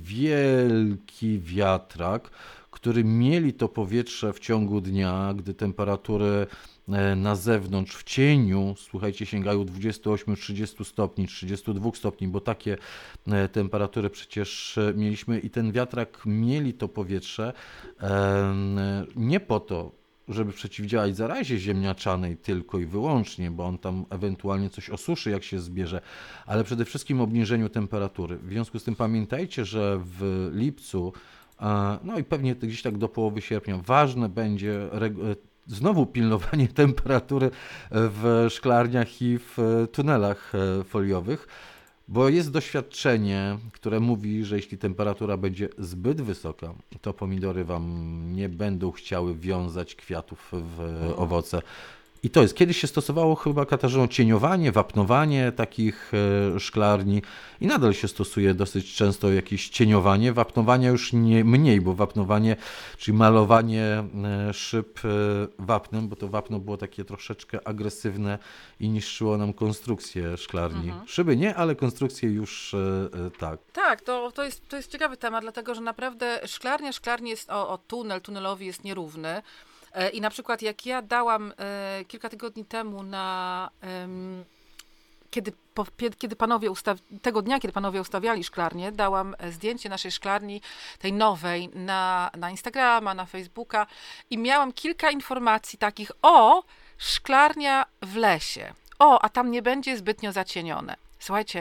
wielki wiatrak, który mieli to powietrze w ciągu dnia, gdy temperatury e, na zewnątrz w cieniu, słuchajcie, sięgają dwudziestu ośmiu trzydziestu stopni, trzydziestu dwóch stopni, bo takie e, temperatury przecież e, mieliśmy i ten wiatrak mieli to powietrze e, nie po to, żeby przeciwdziałać zarazie ziemniaczanej tylko i wyłącznie, bo on tam ewentualnie coś osuszy, jak się zbierze, ale przede wszystkim obniżeniu temperatury. W związku z tym pamiętajcie, że w lipcu, a, no i pewnie gdzieś tak do połowy sierpnia, ważne będzie reg- znowu pilnowanie temperatury w szklarniach i w tunelach e, foliowych, bo jest doświadczenie, które mówi, że jeśli temperatura będzie zbyt wysoka, to pomidory Wam nie będą chciały wiązać kwiatów w owoce. I to jest, kiedyś się stosowało chyba, Katarzyno, cieniowanie, wapnowanie takich e, szklarni i nadal się stosuje dosyć często jakieś cieniowanie, wapnowania już nie mniej, bo wapnowanie, czyli malowanie e, szyb e, wapnem, bo to wapno było takie troszeczkę agresywne i niszczyło nam konstrukcję szklarni. Mhm. Szyby nie, ale konstrukcję już e, e, tak. Tak, to, to, jest, to jest ciekawy temat, dlatego że naprawdę szklarnia, szklarni jest, o, o tunel, tunelowi jest nierówny. E, I na przykład jak ja dałam e, kilka tygodni temu na, em, kiedy, po, pie- kiedy panowie ustaw, tego dnia, kiedy panowie ustawiali szklarnię, dałam e, zdjęcie naszej szklarni, tej nowej, na, na Instagrama, na Facebooka i miałam kilka informacji takich, o, szklarnia w lesie, o, a tam nie będzie zbytnio zacienione. Słuchajcie,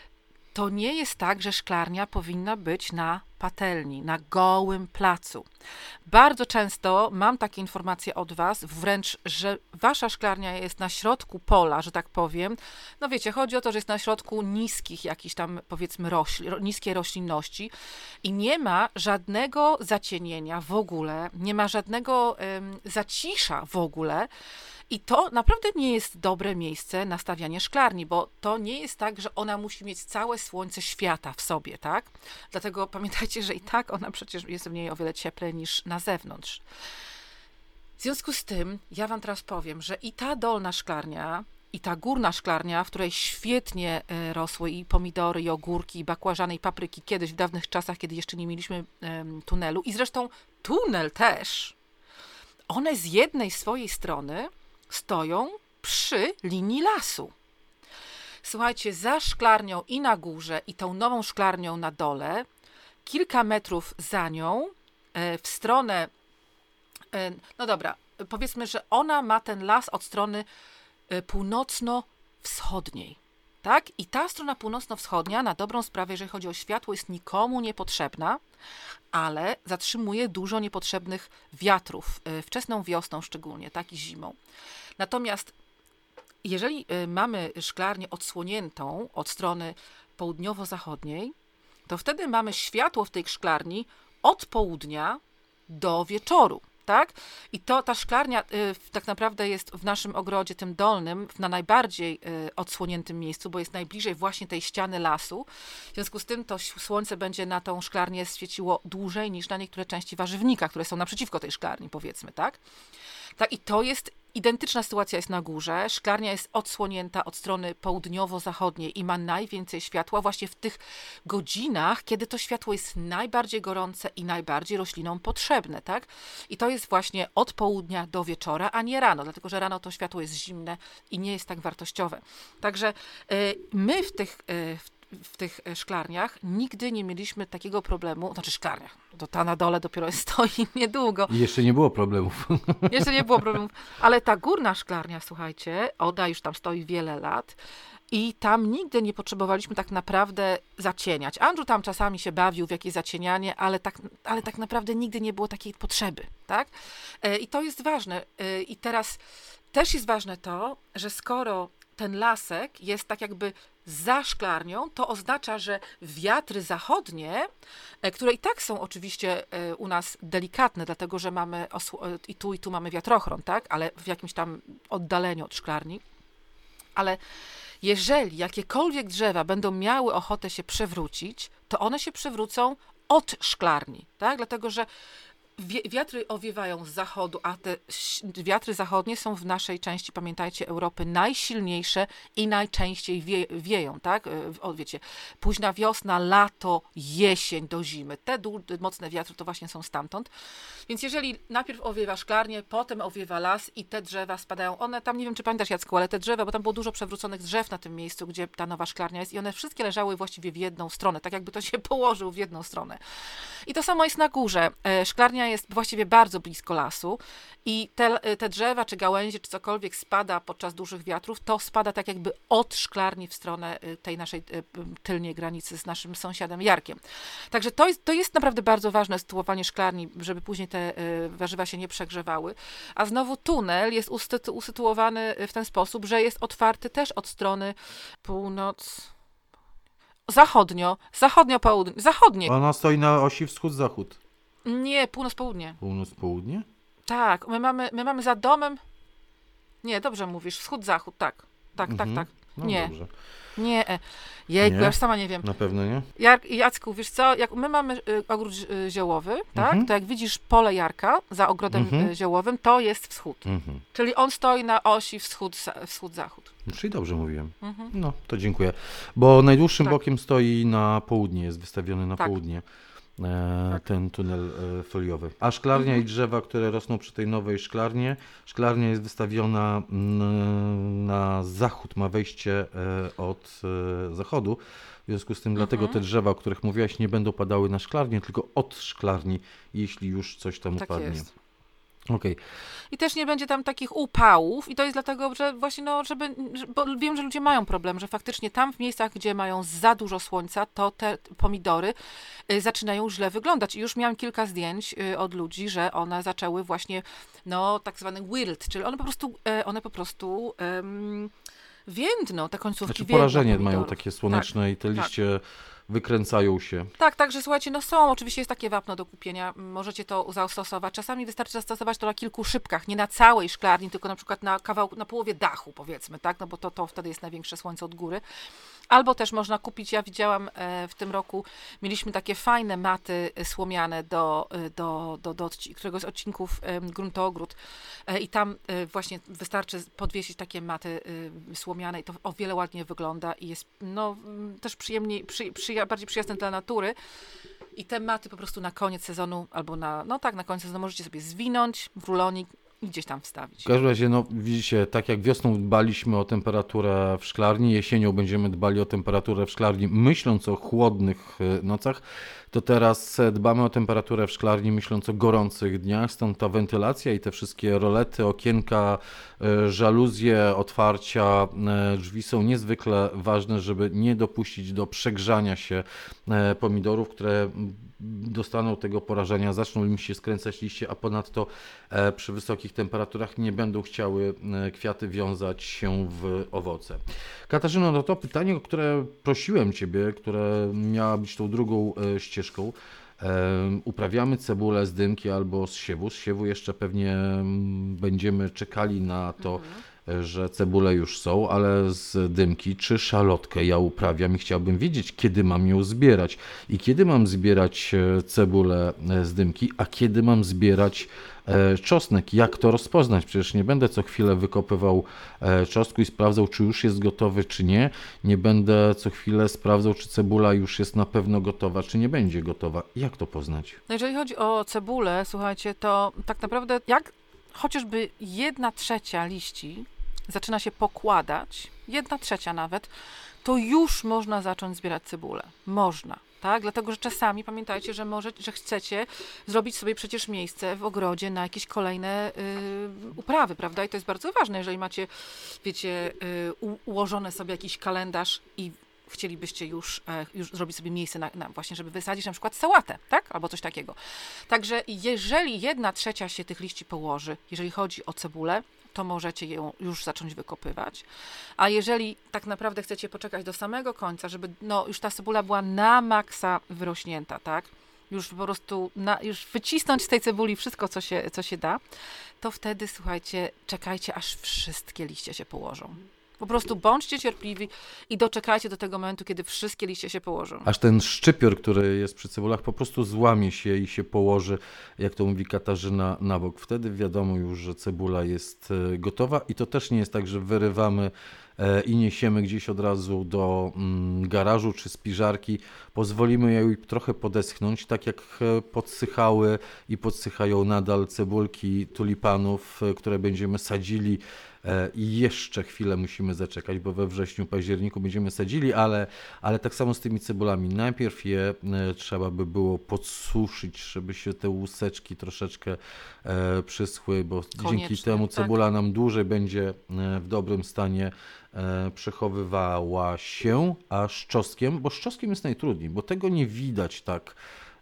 to nie jest tak, że szklarnia powinna być na patelni, na gołym placu. Bardzo często mam takie informacje od Was, wręcz, że Wasza szklarnia jest na środku pola, że tak powiem. No wiecie, chodzi o to, że jest na środku niskich jakichś tam, powiedzmy, rośli, ro, niskiej roślinności i nie ma żadnego zacienienia w ogóle, nie ma żadnego ym, zacisza w ogóle. I to naprawdę nie jest dobre miejsce na stawianie szklarni, bo to nie jest tak, że ona musi mieć całe słońce świata w sobie, tak? Dlatego pamiętajcie, że i tak ona przecież jest w niej o wiele cieplej niż na zewnątrz. W związku z tym ja Wam teraz powiem, że i ta dolna szklarnia, i ta górna szklarnia, w której świetnie e, rosły i pomidory, i ogórki, i bakłażany, i papryki kiedyś, w dawnych czasach, kiedy jeszcze nie mieliśmy em, tunelu, i zresztą tunel też, one z jednej swojej strony stoją przy linii lasu. Słuchajcie, za szklarnią i na górze, i tą nową szklarnią na dole, kilka metrów za nią, e, w stronę, e, no dobra, powiedzmy, że ona ma ten las od strony e, północno-wschodniej. Tak? I ta strona północno-wschodnia, na dobrą sprawę, jeżeli chodzi o światło, jest nikomu niepotrzebna, ale zatrzymuje dużo niepotrzebnych wiatrów, e, wczesną wiosną szczególnie, tak i zimą. Natomiast jeżeli y, mamy szklarnię odsłoniętą od strony południowo-zachodniej, to wtedy mamy światło w tej szklarni od południa do wieczoru. Tak? I to ta szklarnia y, tak naprawdę jest w naszym ogrodzie, tym dolnym, na najbardziej y, odsłoniętym miejscu, bo jest najbliżej właśnie tej ściany lasu. W związku z tym to słońce będzie na tą szklarnię świeciło dłużej niż na niektóre części warzywnika, które są naprzeciwko tej szklarni, powiedzmy, tak? Tak, i to jest identyczna sytuacja jest na górze. Szklarnia jest odsłonięta od strony południowo-zachodniej i ma najwięcej światła właśnie w tych godzinach, kiedy to światło jest najbardziej gorące i najbardziej roślinom potrzebne, tak? I to jest właśnie od południa do wieczora, a nie rano, dlatego że rano to światło jest zimne i nie jest tak wartościowe. Także y, my w tych, y, w w tych szklarniach nigdy nie mieliśmy takiego problemu, znaczy szklarniach, to ta na dole dopiero stoi niedługo. I jeszcze nie było problemów. Jeszcze nie było problemów, ale ta górna szklarnia, słuchajcie, ona już tam stoi wiele lat i tam nigdy nie potrzebowaliśmy tak naprawdę zacieniać. Andrew tam czasami się bawił w jakieś zacienianie, ale tak, ale tak naprawdę nigdy nie było takiej potrzeby, tak? I to jest ważne. I teraz też jest ważne to, że skoro ten lasek jest tak jakby za szklarnią, to oznacza, że wiatry zachodnie, które i tak są oczywiście u nas delikatne, dlatego że mamy osł- i tu i tu mamy wiatrochron, tak, ale w jakimś tam oddaleniu od szklarni, ale jeżeli jakiekolwiek drzewa będą miały ochotę się przewrócić, to one się przewrócą od szklarni, tak, dlatego że wiatry owiewają z zachodu, a te wiatry zachodnie są w naszej części, pamiętajcie, Europy najsilniejsze i najczęściej wie, wieją, tak? O, wiecie, późna wiosna, lato, jesień do zimy. Te mocne wiatry to właśnie są stamtąd. Więc jeżeli najpierw owiewa szklarnię, potem owiewa las i te drzewa spadają, one tam, nie wiem, czy pamiętasz, Jacku, ale te drzewa, bo tam było dużo przewróconych drzew na tym miejscu, gdzie ta nowa szklarnia jest i one wszystkie leżały właściwie w jedną stronę, tak jakby to się położył w jedną stronę. I to samo jest na górze. Szklarnia jest właściwie bardzo blisko lasu i te, te drzewa, czy gałęzie, czy cokolwiek spada podczas dużych wiatrów, to spada tak jakby od szklarni w stronę tej naszej tylnej granicy z naszym sąsiadem Jarkiem. Także to jest, to jest naprawdę bardzo ważne sytuowanie szklarni, żeby później te warzywa się nie przegrzewały. A znowu tunel jest usytuowany w ten sposób, że jest otwarty też od strony północ... Zachodnio, zachodnio-południe, zachodnie. Ona stoi na osi wschód-zachód. Nie, północ-południe. Północ-południe? Tak, my mamy, my mamy za domem... Nie, dobrze mówisz, wschód-zachód, tak. Tak, Mhm. tak, tak. No nie, dobrze. nie. Jejku, Nie? ja już sama nie wiem. Na pewno nie? Jar, Jacku, wiesz co, jak my mamy y, ogród y, ziołowy, tak, Mhm. to jak widzisz pole Jarka za ogrodem Mhm. y, ziołowym, to jest wschód. Mhm. Czyli on stoi na osi wschód, wschód-zachód. Czyli dobrze mówiłem. Mhm. No, to dziękuję. Bo najdłuższym Tak. bokiem stoi na południe, jest wystawiony na Tak. południe e, Tak. ten tunel e, foliowy. A szklarnia Mhm. i drzewa, które rosną przy tej nowej szklarnie, szklarnia jest wystawiona mm, na zachód, ma wejście e, od e, zachodu. W związku z tym dlatego te drzewa, o których mówiłaś, nie będą padały na szklarnię, tylko od szklarni, jeśli już coś tam Tak upadnie. jest. Okej. I też nie będzie tam takich upałów i to jest dlatego, że właśnie no, żeby, że- bo wiem, że ludzie mają problem, że faktycznie tam w miejscach, gdzie mają za dużo słońca, to te pomidory y, zaczynają źle wyglądać. I już miałam kilka zdjęć y, od ludzi, że one zaczęły właśnie, no, tak zwany wilt, czyli one po prostu, e, one po prostu em, więdną, te końcówki Znaczy więdną porażenie mają pomidorów. takie słoneczne i te tak. liście wykręcają się. Tak, także słuchajcie, no są, oczywiście jest takie wapno do kupienia, m, możecie to zastosować. Czasami wystarczy zastosować to na kilku szybkach, nie na całej szklarni, tylko na przykład na kawałku, na połowie dachu, powiedzmy, tak, no bo to, to wtedy jest największe słońce od góry. Albo też można kupić, ja widziałam e, w tym roku, mieliśmy takie fajne maty e, słomiane do, e, do, do, do odci- któregoś z odcinków e, Gruntogród e, i tam e, właśnie wystarczy podwiesić takie maty e, słomiane i to o wiele ładniej wygląda i jest no m, też przyjemniej, przy, przyja- bardziej przyjazne dla natury. I te maty po prostu na koniec sezonu, albo na, no tak, na koniec sezonu możecie sobie zwinąć w rulonik i gdzieś tam wstawić. W każdym razie, no widzicie, tak jak wiosną dbaliśmy o temperaturę w szklarni, jesienią będziemy dbali o temperaturę w szklarni, myśląc o chłodnych e, nocach, to teraz e, dbamy o temperaturę w szklarni, myśląc o gorących dniach, stąd ta wentylacja i te wszystkie rolety, okienka, e, żaluzje, otwarcia e, drzwi są niezwykle ważne, żeby nie dopuścić do przegrzania się e, pomidorów, które dostaną tego porażenia, zaczną im się skręcać liście, a ponadto e, przy wysokich temperaturach nie będą chciały e, kwiaty wiązać się w owoce. Katarzyno, no to pytanie, o które prosiłem Ciebie, które miała być tą drugą e, ścieżką. E, uprawiamy cebulę z dymki albo z siewu. Z siewu jeszcze pewnie mm, będziemy czekali na to, e, że cebule już są, ale z dymki czy szalotkę ja uprawiam i chciałbym wiedzieć, kiedy mam ją zbierać i kiedy mam zbierać e, cebulę e, z dymki, a kiedy mam zbierać e, czosnek. Jak to rozpoznać? Przecież nie będę co chwilę wykopywał e, czosnku i sprawdzał, czy już jest gotowy, czy nie. Nie będę co chwilę sprawdzał, czy cebula już jest na pewno gotowa, czy nie będzie gotowa. Jak to poznać? No jeżeli chodzi o cebulę, słuchajcie, to tak naprawdę jak chociażby jedna trzecia liści zaczyna się pokładać, jedna trzecia nawet, to już można zacząć zbierać cebulę. Można. Tak? Dlatego, że czasami pamiętajcie, że może, że chcecie zrobić sobie przecież miejsce w ogrodzie na jakieś kolejne y, uprawy, prawda? I to jest bardzo ważne, jeżeli macie, wiecie, y, u, ułożone sobie jakiś kalendarz i chcielibyście już, e, już zrobić sobie miejsce na, na właśnie, żeby wysadzić na przykład sałatę, tak? Albo coś takiego. Także jeżeli jedna trzecia się tych liści położy, jeżeli chodzi o cebulę, to możecie ją już zacząć wykopywać. A jeżeli tak naprawdę chcecie poczekać do samego końca, żeby no, już ta cebula była na maksa wyrośnięta, tak? Już po prostu na, już wycisnąć z tej cebuli wszystko, co się, co się da, to wtedy, słuchajcie, czekajcie, aż wszystkie liście się położą. Po prostu bądźcie cierpliwi i doczekajcie do tego momentu, kiedy wszystkie liście się położą. Aż ten szczypior, który jest przy cebulach, po prostu złamie się i się położy, jak to mówi Katarzyna, na bok. Wtedy wiadomo już, że cebula jest e, gotowa i to też nie jest tak, że wyrywamy e, i niesiemy gdzieś od razu do mm, garażu czy spiżarki. Pozwolimy jej trochę podeschnąć, tak jak e, podsychały i podsychają nadal cebulki tulipanów, e, które będziemy sadzili. I jeszcze chwilę musimy zaczekać, bo we wrześniu, październiku będziemy sadzili, ale, ale tak samo z tymi cebulami. Najpierw je e, trzeba by było podsuszyć, żeby się te łuseczki troszeczkę e, przyschły, bo Koniecznie, dzięki temu tak. cebula nam dłużej będzie e, w dobrym stanie e, przechowywała się, a z czosnkiem, bo z czosnkiem jest najtrudniej, bo tego nie widać tak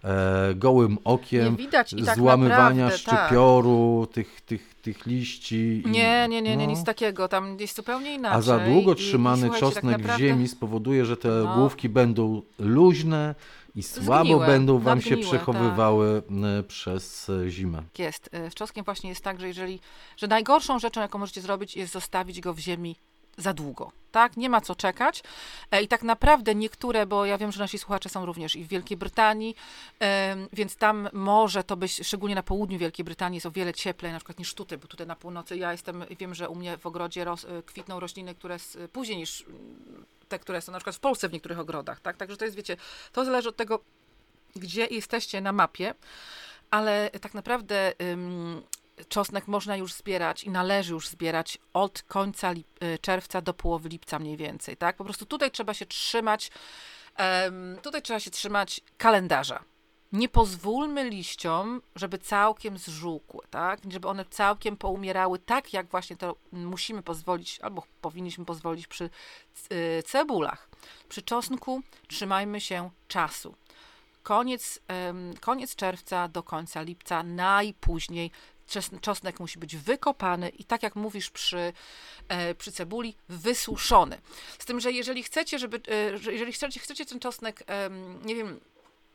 e, gołym okiem, Nie widać i tak złamywania naprawdę, tak. szczypioru, tych, tych, tych liści. i- Nie, nie, nie, nie, no. nic takiego. Tam jest zupełnie inaczej. A za długo I- trzymany i, słuchajcie, czosnek tak naprawdę, w ziemi spowoduje, że te No. główki będą luźne i słabo Zgniłe, będą wam się nadgniłe, przechowywały e, przez e, zimę. Jest. Y, Z czosnkiem właśnie jest tak, że jeżeli, że najgorszą rzeczą, jaką możecie zrobić, jest zostawić go w ziemi za długo, tak? Nie ma co czekać. E, I tak naprawdę niektóre, bo ja wiem, że nasi słuchacze są również i w Wielkiej Brytanii, em, więc tam może to być, szczególnie na południu Wielkiej Brytanii jest o wiele cieplej na przykład niż tutaj, bo tutaj na północy ja jestem, wiem, że u mnie w ogrodzie ros, y, kwitną rośliny, które s- później niż mm, te, które są na przykład w Polsce w niektórych ogrodach, tak? Także to jest, wiecie, to zależy od tego, gdzie jesteście na mapie, ale tak naprawdę ym, czosnek można już zbierać i należy już zbierać od końca lip, y, czerwca do połowy lipca mniej więcej, tak? Po prostu tutaj trzeba się trzymać, em, tutaj trzeba się trzymać kalendarza. Nie pozwólmy liściom, żeby całkiem zżółkły, tak? Żeby one całkiem poumierały, tak jak właśnie to musimy pozwolić, albo powinniśmy pozwolić przy y, cebulach. Przy czosnku trzymajmy się czasu. Koniec, em, koniec czerwca do końca lipca, najpóźniej czes- czosnek musi być wykopany i tak jak mówisz przy, e, przy cebuli, wysuszony. Z tym, że jeżeli chcecie, żeby, e, że jeżeli chcecie, chcecie ten czosnek, em, nie wiem,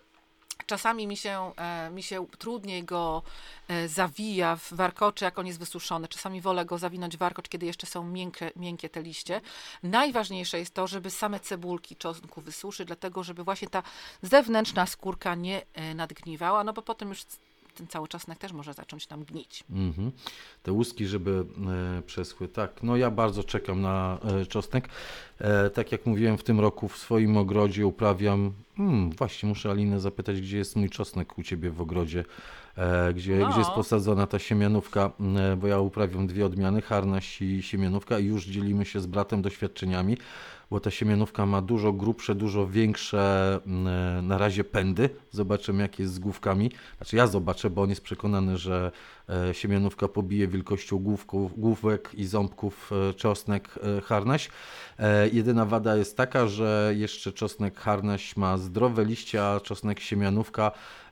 czasami mi się, e, mi się trudniej go e, zawija w warkoczy, jak on jest wysuszony. Czasami wolę go zawinąć w warkocz, kiedy jeszcze są miękkie, miękkie te liście. Najważniejsze jest to, żeby same cebulki czosnku wysuszyć, dlatego żeby właśnie ta zewnętrzna skórka nie e, nadgniwała, no bo potem już ten cały czosnek też może zacząć nam gnić. Mhm. Te łuski, żeby e, przeschły. Tak, no ja bardzo czekam na e, czosnek. E, tak jak mówiłem, w tym roku w swoim ogrodzie uprawiam, hmm, właśnie muszę Alinę zapytać, gdzie jest mój czosnek u Ciebie w ogrodzie, e, gdzie, No. gdzie jest posadzona ta siemianówka, e, bo ja uprawiam dwie odmiany, harnaś i siemianówka i już dzielimy się z bratem doświadczeniami, bo ta siemianówka ma dużo grubsze, dużo większe e, na razie pędy. Zobaczymy, jak jest z główkami. Znaczy ja zobaczę, bo on jest przekonany, że e, siemianówka pobije wielkością główków, główek i ząbków e, czosnek e, harnaś. E, jedyna wada jest taka, że jeszcze czosnek harnaś ma zdrowe liście, a czosnek siemianówka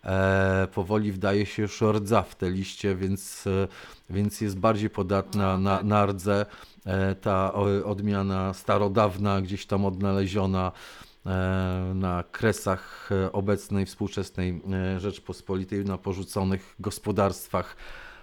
e, powoli wdaje się już rdza w te liście, więc, e, więc jest bardziej podatna na, na rdzę. E, ta o, odmiana starodawna, gdzieś tam odnaleziona e, na kresach e, obecnej, współczesnej e, Rzeczpospolitej, na porzuconych gospodarstwach,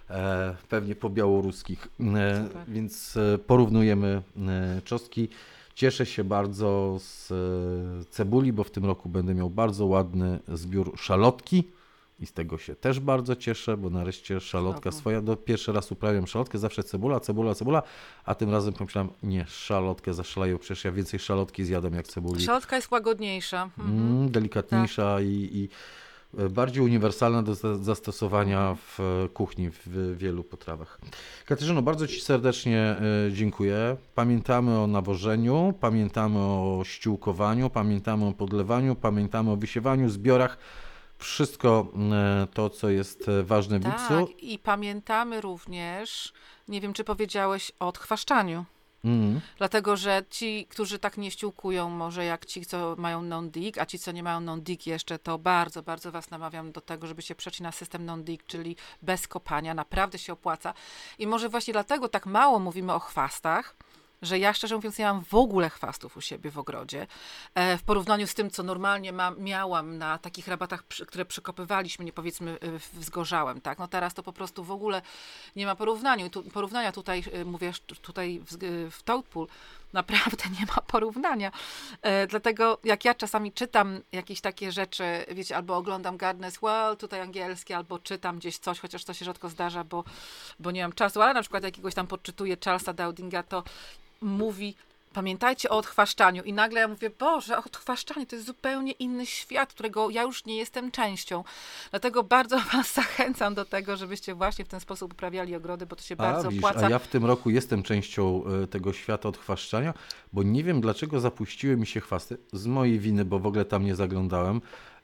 e, pewnie po białoruskich, e, więc e, porównujemy e, czosnki. Cieszę się bardzo z e, cebuli, bo w tym roku będę miał bardzo ładny zbiór szalotki i z tego się też bardzo cieszę, bo nareszcie szalotka Dobra. swoja. Do pierwszy raz uprawiam szalotkę, zawsze cebula, cebula, cebula, a tym razem pomyślałem, nie, szalotkę zaszalają, przecież ja więcej szalotki zjadam jak cebuli. Szalotka jest łagodniejsza. Mhm. Mm, delikatniejsza i, i bardziej uniwersalna do za- zastosowania w kuchni, w wielu potrawach. Katarzyno, bardzo Ci serdecznie e, dziękuję. Pamiętamy o nawożeniu, pamiętamy o ściółkowaniu, pamiętamy o podlewaniu, pamiętamy o wysiewaniu, zbiorach. Wszystko e, to, co jest e, ważne w lipcu. Tak, i pamiętamy również, nie wiem, czy powiedziałeś o odchwaszczaniu. Mm. Dlatego, że ci, którzy tak nie ściółkują, może jak ci, co mają non-dig, a ci, co nie mają non-dig jeszcze, to bardzo, bardzo Was namawiam do tego, żeby się przejść na system non-dig, czyli bez kopania. Naprawdę się opłaca. I może właśnie dlatego tak mało mówimy o chwastach, że ja szczerze mówiąc nie mam w ogóle chwastów u siebie w ogrodzie. E, w porównaniu z tym, co normalnie ma, miałam na takich rabatach, przy, które przekopywaliśmy, nie powiedzmy e, w- wzgorzałem, tak? No teraz to po prostu w ogóle nie ma porównania. Tu, porównania tutaj, e, mówię sz- tutaj w, zg- w Toadpool, naprawdę nie ma porównania. E, dlatego jak ja czasami czytam jakieś takie rzeczy, wiecie, albo oglądam Gardener's World, tutaj angielskie, albo czytam gdzieś coś, chociaż to się rzadko zdarza, bo, bo nie mam czasu, ale na przykład jakiegoś tam podczytuję Charlesa Dowdinga, to mówi, pamiętajcie o odchwaszczaniu. I nagle ja mówię, Boże, odchwaszczanie to jest zupełnie inny świat, którego ja już nie jestem częścią. Dlatego bardzo Was zachęcam do tego, żebyście właśnie w ten sposób uprawiali ogrody, bo to się A, bardzo widzisz, opłaca. a ja w tym roku jestem częścią e, tego świata odchwaszczania, bo nie wiem, dlaczego zapuściły mi się chwasty, z mojej winy, bo w ogóle tam nie zaglądałem,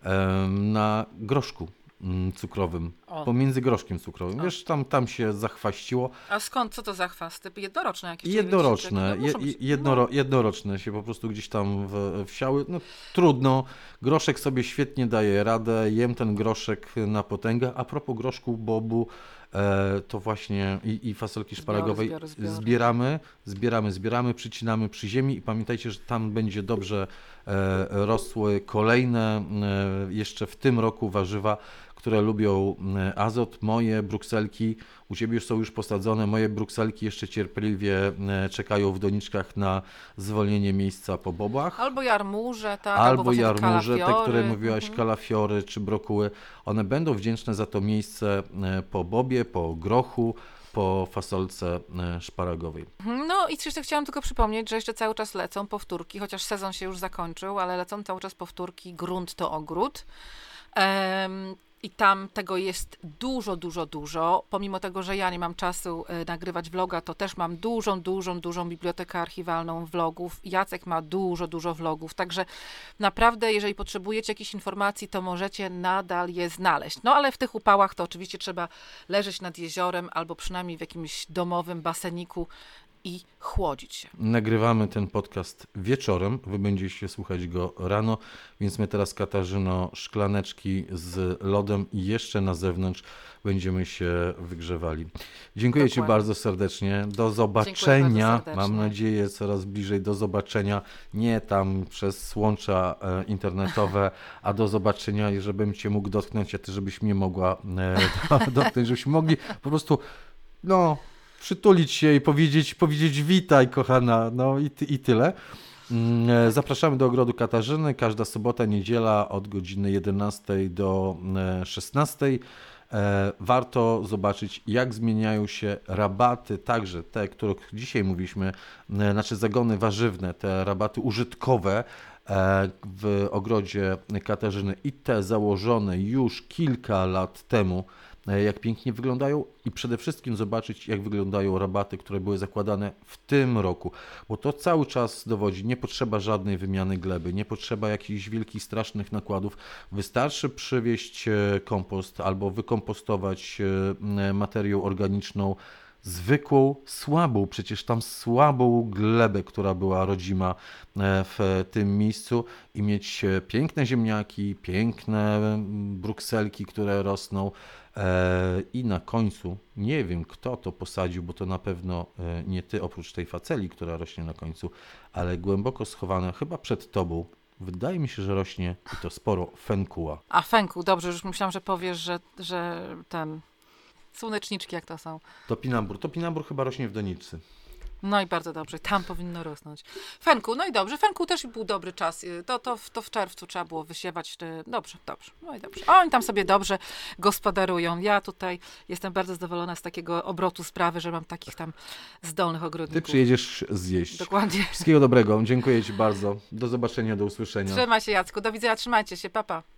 em, na groszku mm, cukrowym, O. pomiędzy groszkiem cukrowym. O. Wiesz, tam, tam się zachwaściło. A skąd, co to za chwasty? Jednoroczne jakieś? Jednoroczne, No, je, muszą być. jednoro, jednoroczne się po prostu gdzieś tam w, wsiały. No trudno, groszek sobie świetnie daje radę, jem ten groszek na potęgę. A propos groszku, bobu, e, to właśnie i, i fasolki Zbiory, szparagowej zbiory, zbiory. zbieramy, zbieramy, zbieramy, przycinamy przy ziemi i pamiętajcie, że tam będzie dobrze e, rosły kolejne e, jeszcze w tym roku warzywa, które lubią e, azot. Moje brukselki u Ciebie już są już posadzone, moje brukselki jeszcze cierpliwie e, czekają w doniczkach na zwolnienie miejsca po bobach. Albo jarmuże, tak, Albo właśnie te jarmuże, te, kalafiory. które mówiłaś, Mhm. kalafiory czy brokuły, one będą wdzięczne za to miejsce e, po bobie, po grochu, po fasolce e, szparagowej. No i jeszcze chciałam tylko przypomnieć, że jeszcze cały czas lecą powtórki, chociaż sezon się już zakończył, ale lecą cały czas powtórki Grunt to ogród. Em, I tam tego jest dużo, dużo, dużo. Pomimo tego, że ja nie mam czasu e, nagrywać vloga, to też mam dużą, dużą, dużą bibliotekę archiwalną vlogów. Jacek ma dużo, dużo vlogów. Także naprawdę, jeżeli potrzebujecie jakichś informacji, to możecie nadal je znaleźć. No ale w tych upałach to oczywiście trzeba leżeć nad jeziorem albo przynajmniej w jakimś domowym baseniku i chłodzić się. Nagrywamy ten podcast wieczorem, wy będziecie słuchać go rano, więc my teraz, Katarzyno, szklaneczki z lodem i jeszcze na zewnątrz będziemy się wygrzewali. Dziękuję Ci Dokładnie. bardzo serdecznie. Do zobaczenia. bardzo serdecznie. Mam nadzieję coraz bliżej do zobaczenia. Nie tam przez łącza e, internetowe, a do zobaczenia i żebym Cię mógł dotknąć, a Ty żebyś mnie mogła e, dotknąć, żebyśmy mogli po prostu, no... przytulić się i powiedzieć, powiedzieć witaj, kochana, no i, ty, i tyle. Mm, e, Zapraszamy do ogrodu Katarzyny, każda sobota, niedziela od godziny jedenastej do e, szesnastej. E, warto zobaczyć, jak zmieniają się rabaty, także te, o których dzisiaj mówiliśmy, e, znaczy zagony warzywne, te rabaty użytkowe e, w ogrodzie Katarzyny i te założone już kilka lat temu, e, jak pięknie wyglądają i przede wszystkim zobaczyć, jak wyglądają rabaty, które były zakładane w tym roku, bo to cały czas dowodzi, nie potrzeba żadnej wymiany gleby, nie potrzeba jakichś wielkich, strasznych nakładów, wystarczy przywieźć e, kompost albo wykompostować e, materię organiczną, zwykłą, słabą, przecież tam słabą glebę, która była rodzima e, w tym miejscu i mieć e, piękne ziemniaki, piękne mm, brukselki, które rosną e, i na końcu, nie wiem kto to posadził, bo to na pewno e, nie ty oprócz tej faceli, która rośnie na końcu, ale głęboko schowane, chyba przed tobą, wydaje mi się, że rośnie i to sporo fenkuła. A fenku, dobrze, już myślałam, że powiesz, że, że ten... Słoneczniczki jak to są. Topinambur. Topinambur chyba rośnie w doniczce. No i bardzo dobrze, tam powinno rosnąć. Fenku, no i dobrze, fenku też był dobry czas. To, to, to w czerwcu trzeba było wysiewać. Dobrze, dobrze, no i dobrze. Oni tam sobie dobrze gospodarują. Ja tutaj jestem bardzo zadowolona z takiego obrotu sprawy, że mam takich tam zdolnych Ty ogrodników. przyjedziesz zjeść. Dokładnie. Wszystkiego dobrego. Dziękuję Ci bardzo. Do zobaczenia, do usłyszenia. Trzymaj się, Jacku. Do widzenia, trzymajcie się, papa. Pa.